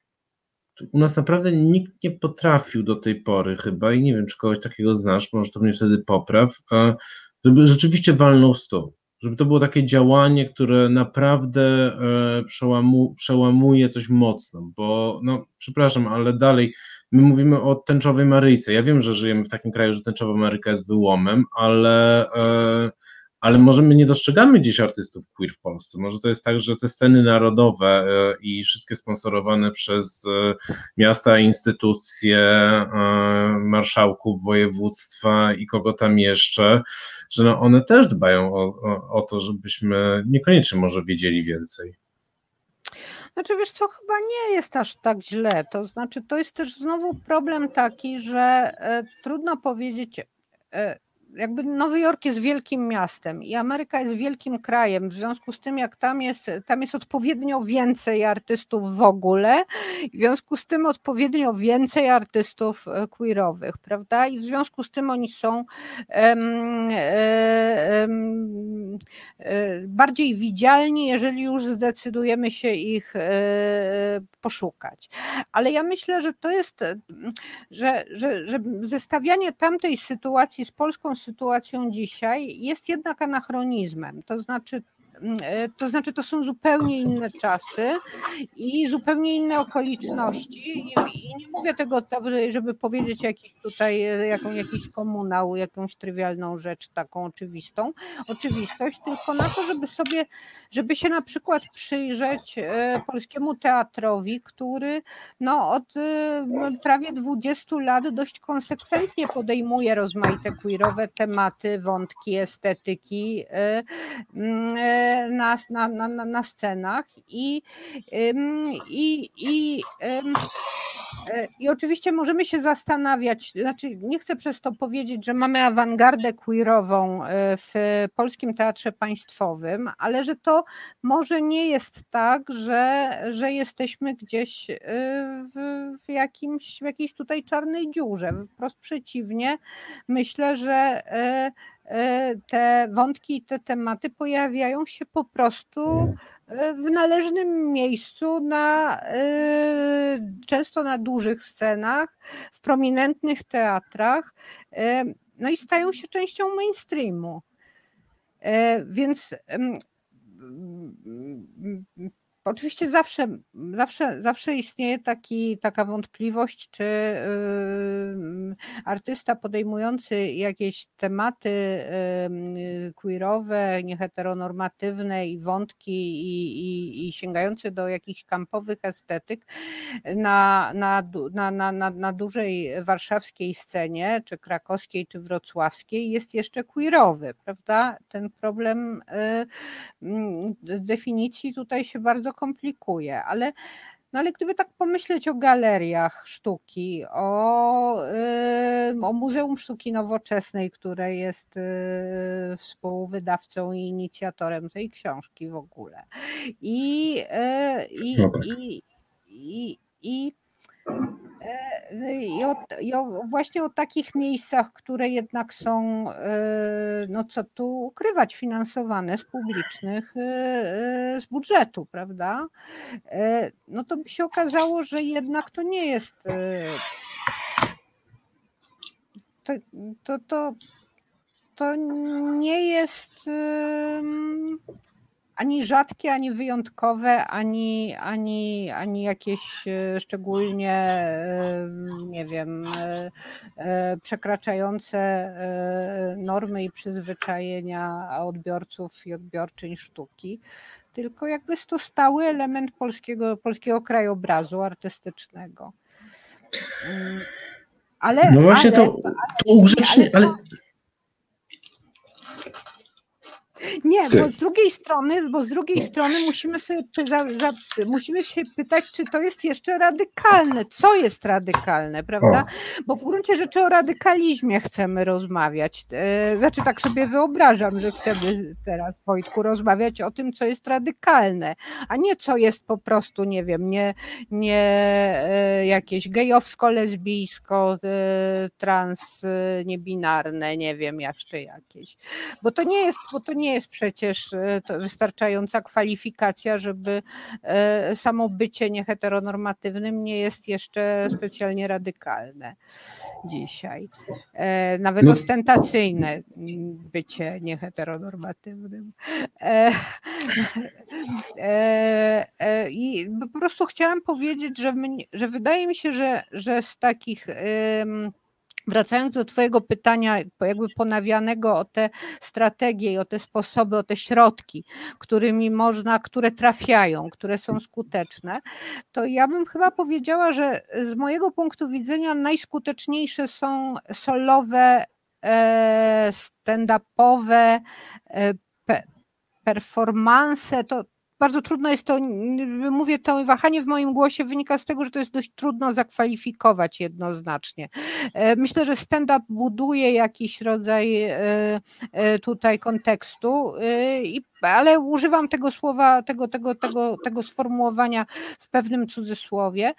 U nas naprawdę nikt nie potrafił do tej pory chyba, i nie wiem, czy kogoś takiego znasz, może to mnie wtedy popraw, e, żeby rzeczywiście walnął w stół. Żeby to było takie działanie, które naprawdę e, przełamu, przełamuje coś mocno, bo no przepraszam, ale dalej my mówimy o tęczowej Maryjce. Ja wiem, że żyjemy w takim kraju, że tęczowa Maryjka jest wyłomem, ale, e, ale może my nie dostrzegamy dziś artystów queer w Polsce. Może to jest tak, że te sceny narodowe e, i wszystkie sponsorowane przez e, miasta, instytucje, e, marszałków województwa i kogo tam jeszcze, że no one też dbają o, o, o to, żebyśmy niekoniecznie może wiedzieli więcej. Znaczy wiesz co, chyba nie jest aż tak źle, to znaczy to jest też znowu problem taki, że e, trudno powiedzieć, e, jakby Nowy Jork jest wielkim miastem i Ameryka jest wielkim krajem, w związku z tym jak tam jest, tam jest odpowiednio więcej artystów w ogóle, w związku z tym odpowiednio więcej artystów queerowych, prawda? I w związku z tym oni są um, um, um, bardziej widzialni, jeżeli już zdecydujemy się ich poszukać. Ale ja myślę, że to jest, że, że, że zestawianie tamtej sytuacji z polską sytuacją dzisiaj jest jednak anachronizmem, to znaczy To znaczy, to są zupełnie inne czasy i zupełnie inne okoliczności. I, i nie mówię tego, żeby powiedzieć jakiś tutaj, jaką, jakiś komunał, jakąś trywialną rzecz, taką oczywistą, oczywistość, tylko na to, żeby sobie, żeby się na przykład przyjrzeć polskiemu teatrowi, który no, od prawie dwudziestu lat dość konsekwentnie podejmuje rozmaite queerowe tematy, wątki, estetyki, Na, na, na, na scenach i, i, i, i oczywiście możemy się zastanawiać, znaczy nie chcę przez to powiedzieć, że mamy awangardę queerową w Polskim Teatrze Państwowym, ale że to może nie jest tak, że, że jesteśmy gdzieś w, w, jakimś, w jakiejś tutaj czarnej dziurze. Wprost przeciwnie, myślę, że te wątki i te tematy pojawiają się po prostu w należnym miejscu, na, często na dużych scenach, w prominentnych teatrach, no i stają się częścią mainstreamu. Więc oczywiście zawsze, zawsze, zawsze istnieje taki, taka wątpliwość, czy artysta podejmujący jakieś tematy queerowe, nieheteronormatywne i wątki i, i, i sięgający do jakichś kampowych estetyk na, na, na, na, na, na dużej warszawskiej scenie, czy krakowskiej, czy wrocławskiej jest jeszcze queerowy, prawda? Ten problem definicji tutaj się bardzo komplikuje, ale, no ale gdyby tak pomyśleć o galeriach sztuki, o, o Muzeum Sztuki Nowoczesnej, które jest współwydawcą i inicjatorem tej książki w ogóle. I, i, No tak. i, i, i I, o, I o, właśnie o takich miejscach, które jednak są, no co tu ukrywać, finansowane z publicznych, z budżetu, prawda? No to by się okazało, że jednak to nie jest, to, to, to, to nie jest ani rzadkie, ani wyjątkowe, ani, ani, ani jakieś szczególnie, nie wiem, przekraczające normy i przyzwyczajenia odbiorców i odbiorczyń sztuki, tylko jakby jest to stały element polskiego, polskiego krajobrazu artystycznego. Ale, no właśnie ale, to, to ugrzeczni, ale... Nie, bo z drugiej strony, bo z drugiej strony musimy sobie za, za, musimy się pytać, czy to jest jeszcze radykalne. Co jest radykalne, prawda? O. Bo w gruncie rzeczy o radykalizmie chcemy rozmawiać. Znaczy tak sobie wyobrażam, że chcemy teraz, Wojtku, rozmawiać o tym, co jest radykalne, a nie co jest po prostu, nie wiem, nie, nie jakieś gejowsko-lesbijsko, trans, niebinarne, nie wiem, jeszcze jakieś. Bo to nie jest, bo to nie jest przecież wystarczająca kwalifikacja, żeby samo bycie nieheteronormatywnym nie jest jeszcze specjalnie radykalne dzisiaj. Nawet no. ostentacyjne bycie nieheteronormatywnym. I po prostu chciałam powiedzieć, że, mnie, że wydaje mi się, że, że z takich... Wracając do twojego pytania, jakby ponawianego o te strategie i o te sposoby, o te środki, którymi można, które trafiają, które są skuteczne, to ja bym chyba powiedziała, że z mojego punktu widzenia najskuteczniejsze są solowe, stand-upowe performanse. To bardzo trudno jest to, mówię, to wahanie w moim głosie wynika z tego, że to jest dość trudno zakwalifikować jednoznacznie. Myślę, że stand-up buduje jakiś rodzaj tutaj kontekstu, ale używam tego słowa, tego, tego, tego, tego sformułowania w pewnym cudzysłowie,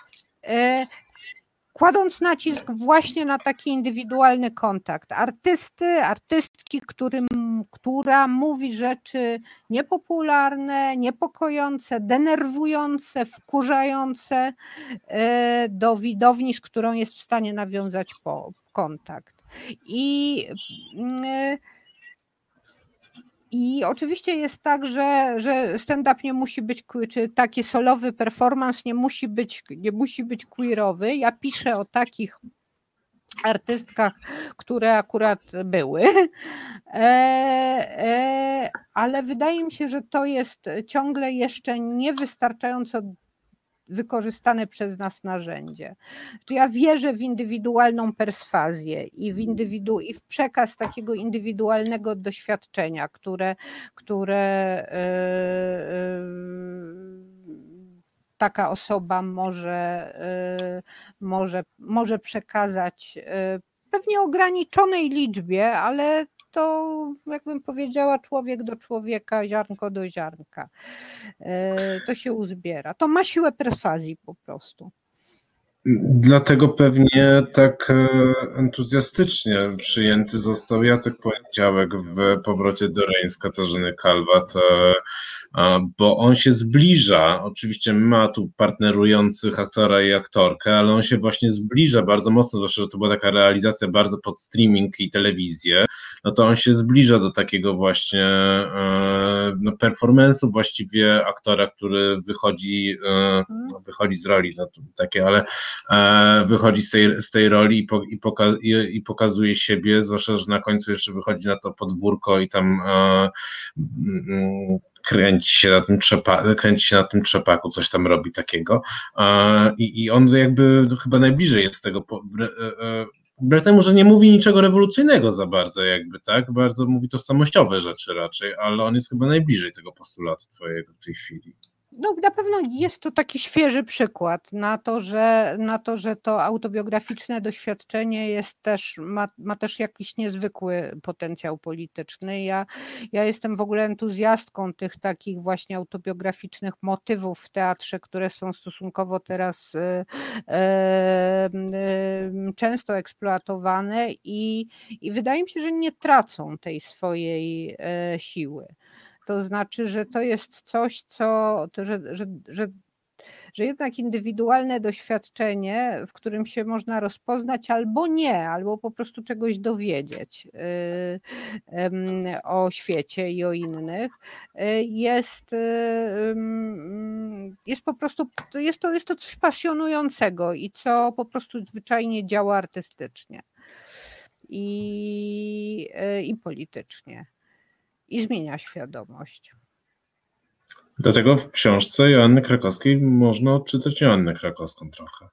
kładąc nacisk właśnie na taki indywidualny kontakt artysty, artystki, którym, która mówi rzeczy niepopularne, niepokojące, denerwujące, wkurzające do widowni, z którą jest w stanie nawiązać po, kontakt. I I oczywiście jest tak, że, że stand-up nie musi być, czy taki solowy performance nie musi być, nie musi być queerowy. Ja piszę o takich artystkach, które akurat były, e, e, ale wydaje mi się, że to jest ciągle jeszcze niewystarczająco wykorzystane przez nas narzędzie. Ja wierzę w indywidualną perswazję i w, indywidu- i w przekaz takiego indywidualnego doświadczenia, które, które yy, taka osoba może, yy, może, może przekazać yy, pewnie ograniczonej liczbie, ale to, jakbym powiedziała, człowiek do człowieka, ziarnko do ziarnka. To się uzbiera. To ma siłę perswazji po prostu. Dlatego pewnie tak entuzjastycznie przyjęty został Jacek Poniedziałek w Powrocie do Rein z Katarzyny Kalwat, bo on się zbliża, oczywiście ma tu partnerujących aktora i aktorkę, ale on się właśnie zbliża bardzo mocno, zwłaszcza, że to była taka realizacja bardzo pod streaming i telewizję, no to on się zbliża do takiego właśnie no, performance'u właściwie aktora, który wychodzi, no, wychodzi z roli, no, takie, ale wychodzi z tej, z tej roli i, po, i, poka, i, i pokazuje siebie, zwłaszcza, że na końcu jeszcze wychodzi na to podwórko i tam kręci się na tym trzepaku, kręci się na tym trzepaku, coś tam robi takiego. I, i on jakby chyba najbliżej jest tego, wbrew temu, że nie mówi niczego rewolucyjnego za bardzo jakby, tak? Bardzo mówi tożsamościowe rzeczy raczej, ale on jest chyba najbliżej tego postulatu twojego w tej chwili. No, na pewno jest to taki świeży przykład na to, że, na to, że to autobiograficzne doświadczenie jest też, ma, ma też jakiś niezwykły potencjał polityczny. Ja, ja jestem w ogóle entuzjastką tych takich właśnie autobiograficznych motywów w teatrze, które są stosunkowo teraz e, e, często eksploatowane i, i wydaje mi się, że nie tracą tej swojej e, siły. To znaczy, że to jest coś, co, to, że, że, że, że jednak indywidualne doświadczenie, w którym się można rozpoznać albo nie, albo po prostu czegoś dowiedzieć o świecie i o innych, jest, jest po prostu, jest to, jest to coś pasjonującego i co po prostu zwyczajnie działa artystycznie i, i politycznie. I zmienia świadomość. Dlatego w książce Joanny Krakowskiej można odczytać Joannę Krakowską trochę.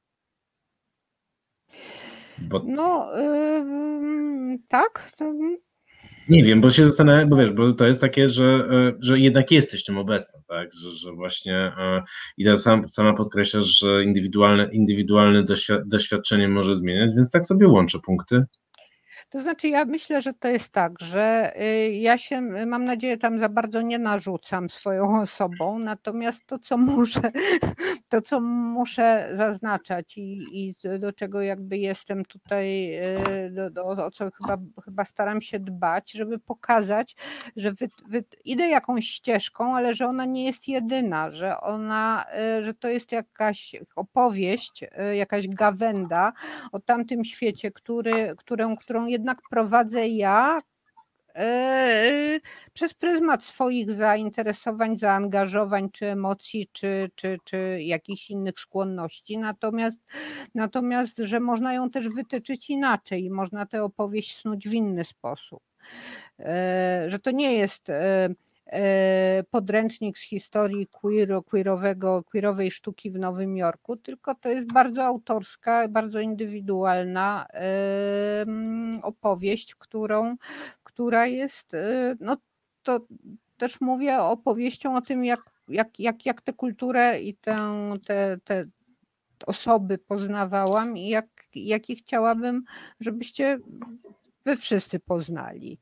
Bo... No, yy, tak. To... Nie wiem, bo się zastanawiam, bo wiesz, bo to jest takie, że, że jednak jesteś tym obecna, tak, że, że właśnie i ta sam, sama podkreślasz, że indywidualne, indywidualne doświadczenie może zmieniać, więc tak sobie łączę punkty. To znaczy ja myślę, że to jest tak, że ja się, mam nadzieję, tam za bardzo nie narzucam swoją osobą, natomiast to, co muszę, to, co muszę zaznaczać i, i do czego jakby jestem tutaj, do, do, o co chyba, chyba staram się dbać, żeby pokazać, że wy, wy, idę jakąś ścieżką, ale że ona nie jest jedyna, że ona, że to jest jakaś opowieść, jakaś gawęda o tamtym świecie, który, którą, którą jednak prowadzę ja yy, przez pryzmat swoich zainteresowań, zaangażowań, czy emocji, czy, czy, czy jakichś innych skłonności. Natomiast, natomiast, że można ją też wytyczyć inaczej i można tę opowieść snuć w inny sposób. Yy, że to nie jest yy, podręcznik z historii queer, queerowego, queerowej sztuki w Nowym Jorku, tylko to jest bardzo autorska, bardzo indywidualna opowieść, którą, która jest, no to też mówię opowieścią o tym, jak, jak, jak, jak tę kulturę i tę, te, te osoby poznawałam i jak, jakie chciałabym, żebyście wy wszyscy poznali.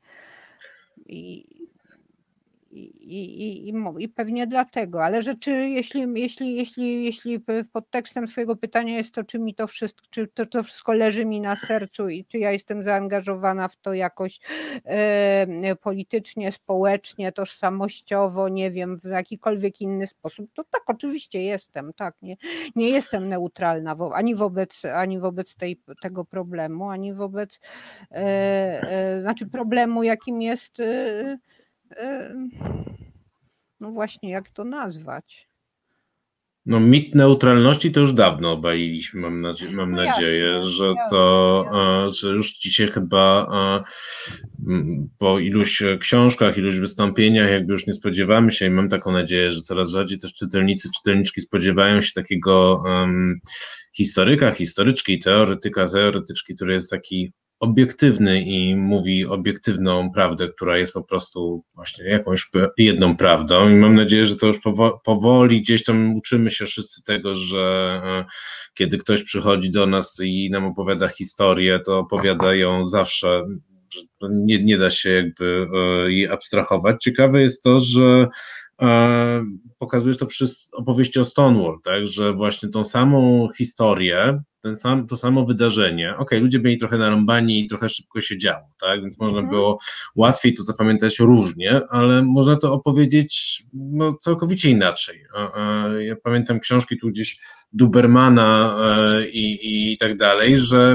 I I, i, i, I pewnie dlatego, ale że czy jeśli, jeśli, jeśli, jeśli podtekstem swojego pytania jest to, czy mi to wszystko, czy to, to wszystko leży mi na sercu i czy ja jestem zaangażowana w to jakoś e, politycznie, społecznie, tożsamościowo, nie wiem, w jakikolwiek inny sposób, to tak, oczywiście jestem, tak, nie, nie jestem neutralna wo, ani wobec, ani wobec tej, tego problemu, ani wobec e, e, znaczy problemu, jakim jest e, no właśnie, jak to nazwać? No mit neutralności to już dawno obaliliśmy, mam, nadzie- mam no nadzieję, jasne, że jasne, to, jasne. że już dzisiaj chyba po iluś książkach, iluś wystąpieniach jakby już nie spodziewamy się i mam taką nadzieję, że coraz rzadziej też czytelnicy, czytelniczki spodziewają się takiego um, historyka, historyczki, teoretyka, teoretyczki, który jest taki obiektywny i mówi obiektywną prawdę, która jest po prostu właśnie jakąś jedną prawdą i mam nadzieję, że to już powo- powoli gdzieś tam uczymy się wszyscy tego, że e, kiedy ktoś przychodzi do nas i nam opowiada historię, to opowiada ją zawsze, że nie, nie da się jakby e, jej abstrahować. Ciekawe jest to, że e, pokazujesz to przy opowieści o Stonewall, tak, że właśnie tą samą historię, ten sam, to samo wydarzenie, okej, okay, ludzie byli trochę narąbani i trochę szybko się działo, tak, więc można mhm. było łatwiej to zapamiętać różnie, ale można to opowiedzieć no, całkowicie inaczej. Ja pamiętam książki tu gdzieś Dubermana i, i tak dalej, że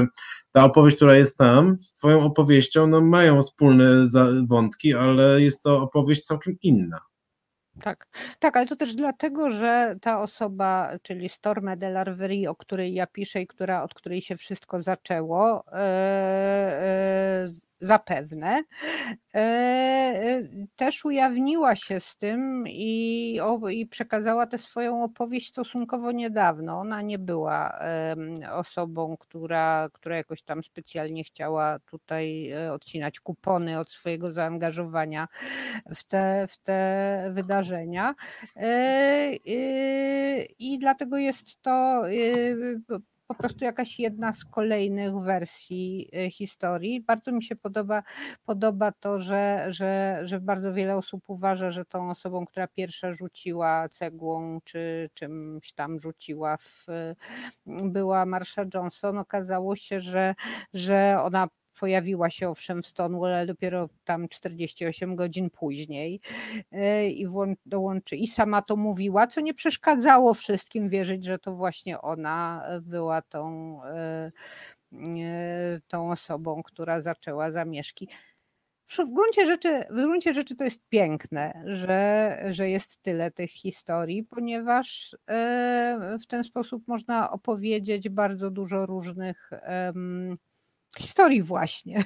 ta opowieść, która jest tam, z twoją opowieścią, no mają wspólne za- wątki, ale jest to opowieść całkiem inna. Tak, tak, ale to też dlatego, że ta osoba, czyli Stormé de Larverie, o której ja piszę i która, od której się wszystko zaczęło, e, e, zapewne, e, e, też ujawniła się z tym i, o, i przekazała tę swoją opowieść stosunkowo niedawno. Ona nie była em, osobą, która, która jakoś tam specjalnie chciała tutaj e, odcinać kupony od swojego zaangażowania w te, w te wydarzenia. E, e, I dlatego jest to e, po prostu jakaś jedna z kolejnych wersji e, historii. Bardzo mi się podoba, podoba to, że, że, że bardzo wiele osób uważa, że tą osobą, która pierwsza rzuciła cegłą czy czymś tam rzuciła w, była Marsha Johnson. Okazało się, że, że ona pojawiła się owszem w Stonewall, ale dopiero tam czterdzieści osiem godzin później e, i włą- dołączy i sama to mówiła, co nie przeszkadzało wszystkim wierzyć, że to właśnie ona była tą, e, e, tą osobą, która zaczęła zamieszki. W w gruncie rzeczy, w gruncie rzeczy to jest piękne, że, że jest tyle tych historii, ponieważ e, w ten sposób można opowiedzieć bardzo dużo różnych em, historii właśnie.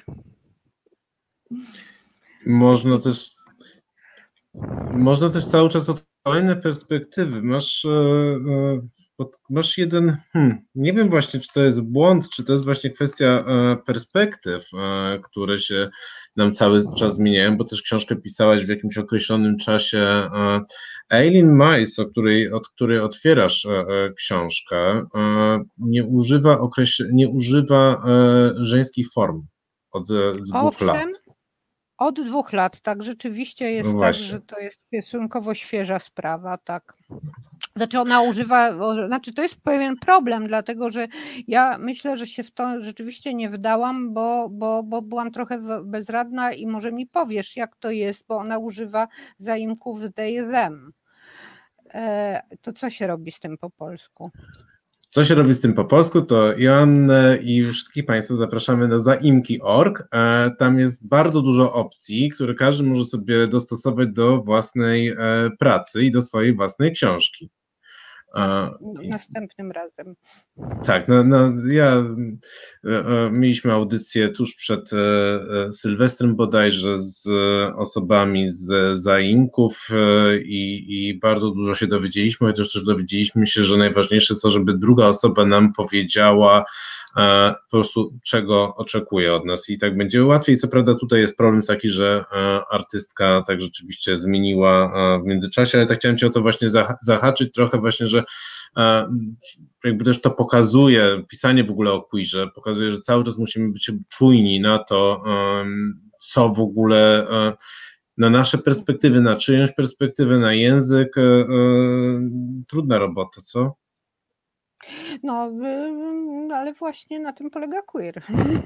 Można też, można też cały czas od kolejne perspektywy. Masz, e, e, pod- masz jeden, hmm, nie wiem właśnie, czy to jest błąd, czy to jest właśnie kwestia e, perspektyw, e, które się nam cały czas zmieniają, bo też książkę pisałaś w jakimś określonym czasie. E, Eileen Myers, o której, od której otwierasz e, e, książkę, e, nie używa, okreś- nie używa e, żeńskich form od e, dwóch lat. Owszem, od dwóch lat, tak, rzeczywiście No jest tak, właśnie. że to jest stosunkowo świeża sprawa, tak. Znaczy ona używa, o, znaczy to jest pewien problem, dlatego że ja myślę, że się w to rzeczywiście nie wdałam, bo, bo, bo byłam trochę w- bezradna i może mi powiesz, jak to jest, bo ona używa zaimków they, them. E, To co się robi z tym po polsku? Co się robi z tym po polsku, to Joannę i wszystkich Państwa zapraszamy na zaimki kropka org. E, Tam jest bardzo dużo opcji, które każdy może sobie dostosować do własnej e, pracy i do swojej własnej książki. E, Nas- i- Następnym razem. Tak, no, no ja e, e, mieliśmy audycję tuż przed e, e, Sylwestrem bodajże z e, osobami z zaimków e, i, i bardzo dużo się dowiedzieliśmy, chociaż też dowiedzieliśmy się, że najważniejsze jest to, żeby druga osoba nam powiedziała e, po prostu czego oczekuje od nas i tak będzie łatwiej. Co prawda tutaj jest problem taki, że e, artystka tak rzeczywiście zmieniła e, w międzyczasie, ale tak chciałem Cię o to właśnie zah- zahaczyć trochę właśnie, że e, jakby też to pokazuje, pisanie w ogóle o queerze, pokazuje, że cały czas musimy być czujni na to, em, co w ogóle, e, na nasze perspektywy, na czyjąś perspektywę, na język. e, e, Trudna robota, co? No, y, ale właśnie na tym polega queer.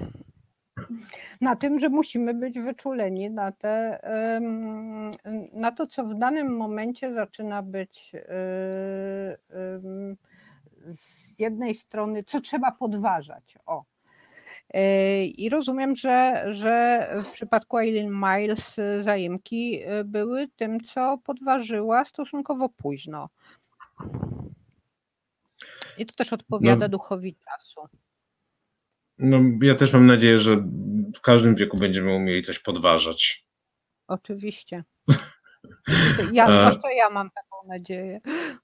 Na tym, że musimy być wyczuleni na, te, em, na to, co w danym momencie zaczyna być y, ym, z jednej strony, co trzeba podważać. O. Y, I rozumiem, że, że w przypadku Eileen Miles y, zaimki y, były tym, co podważyła stosunkowo późno. I to też odpowiada No. duchowi czasu. No, ja też mam nadzieję, że w każdym wieku będziemy umieli coś podważać. Oczywiście. To ja, E, zwłaszcza ja mam taką nadzieję.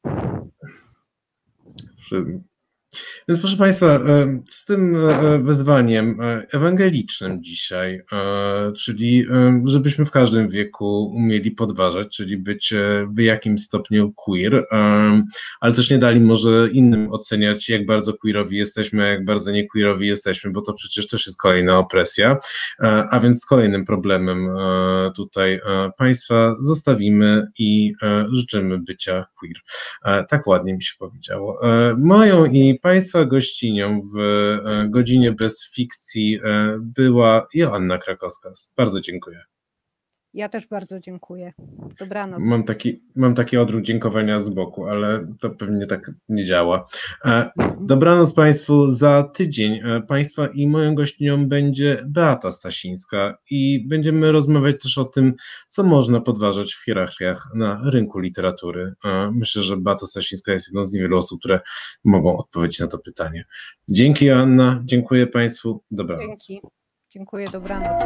że- Więc proszę Państwa, e, z tym e, wezwaniem e, ewangelicznym dzisiaj, e, czyli e, żebyśmy w każdym wieku umieli podważać, czyli być e, w jakimś stopniu queer, e, ale też nie dali może innym oceniać, jak bardzo queerowi jesteśmy, jak bardzo nie queerowi jesteśmy, bo to przecież też jest kolejna opresja, e, a więc z kolejnym problemem e, tutaj e, Państwa zostawimy i e, życzymy bycia queer. E, Tak ładnie mi się powiedziało. E, Moją i Państwa gościnią w e, godzinie bez fikcji e, była Joanna Krakowska. Bardzo dziękuję. Ja też bardzo dziękuję. Dobranoc. Mam taki, mam taki odruch dziękowania z boku, ale to pewnie tak nie działa. E, Dobranoc Państwu. Za tydzień e, Państwa i moją gościnią będzie Beata Stasińska i będziemy rozmawiać też o tym, co można podważać w hierarchiach na rynku literatury. E, Myślę, że Beata Stasińska jest jedną z niewielu osób, które mogą odpowiedzieć na to pytanie. Dzięki, Joanna. Dziękuję Państwu. Dobranoc. Dzięki. Dziękuję, dobranoc.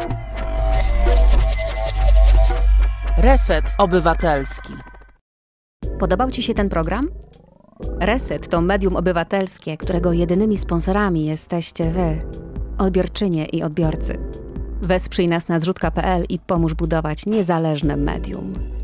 Reset Obywatelski. Podobał Ci się ten program? Reset to medium obywatelskie, którego jedynymi sponsorami jesteście Wy, odbiorczynie i odbiorcy. Wesprzyj nas na zrzutka kropka pe el i pomóż budować niezależne medium.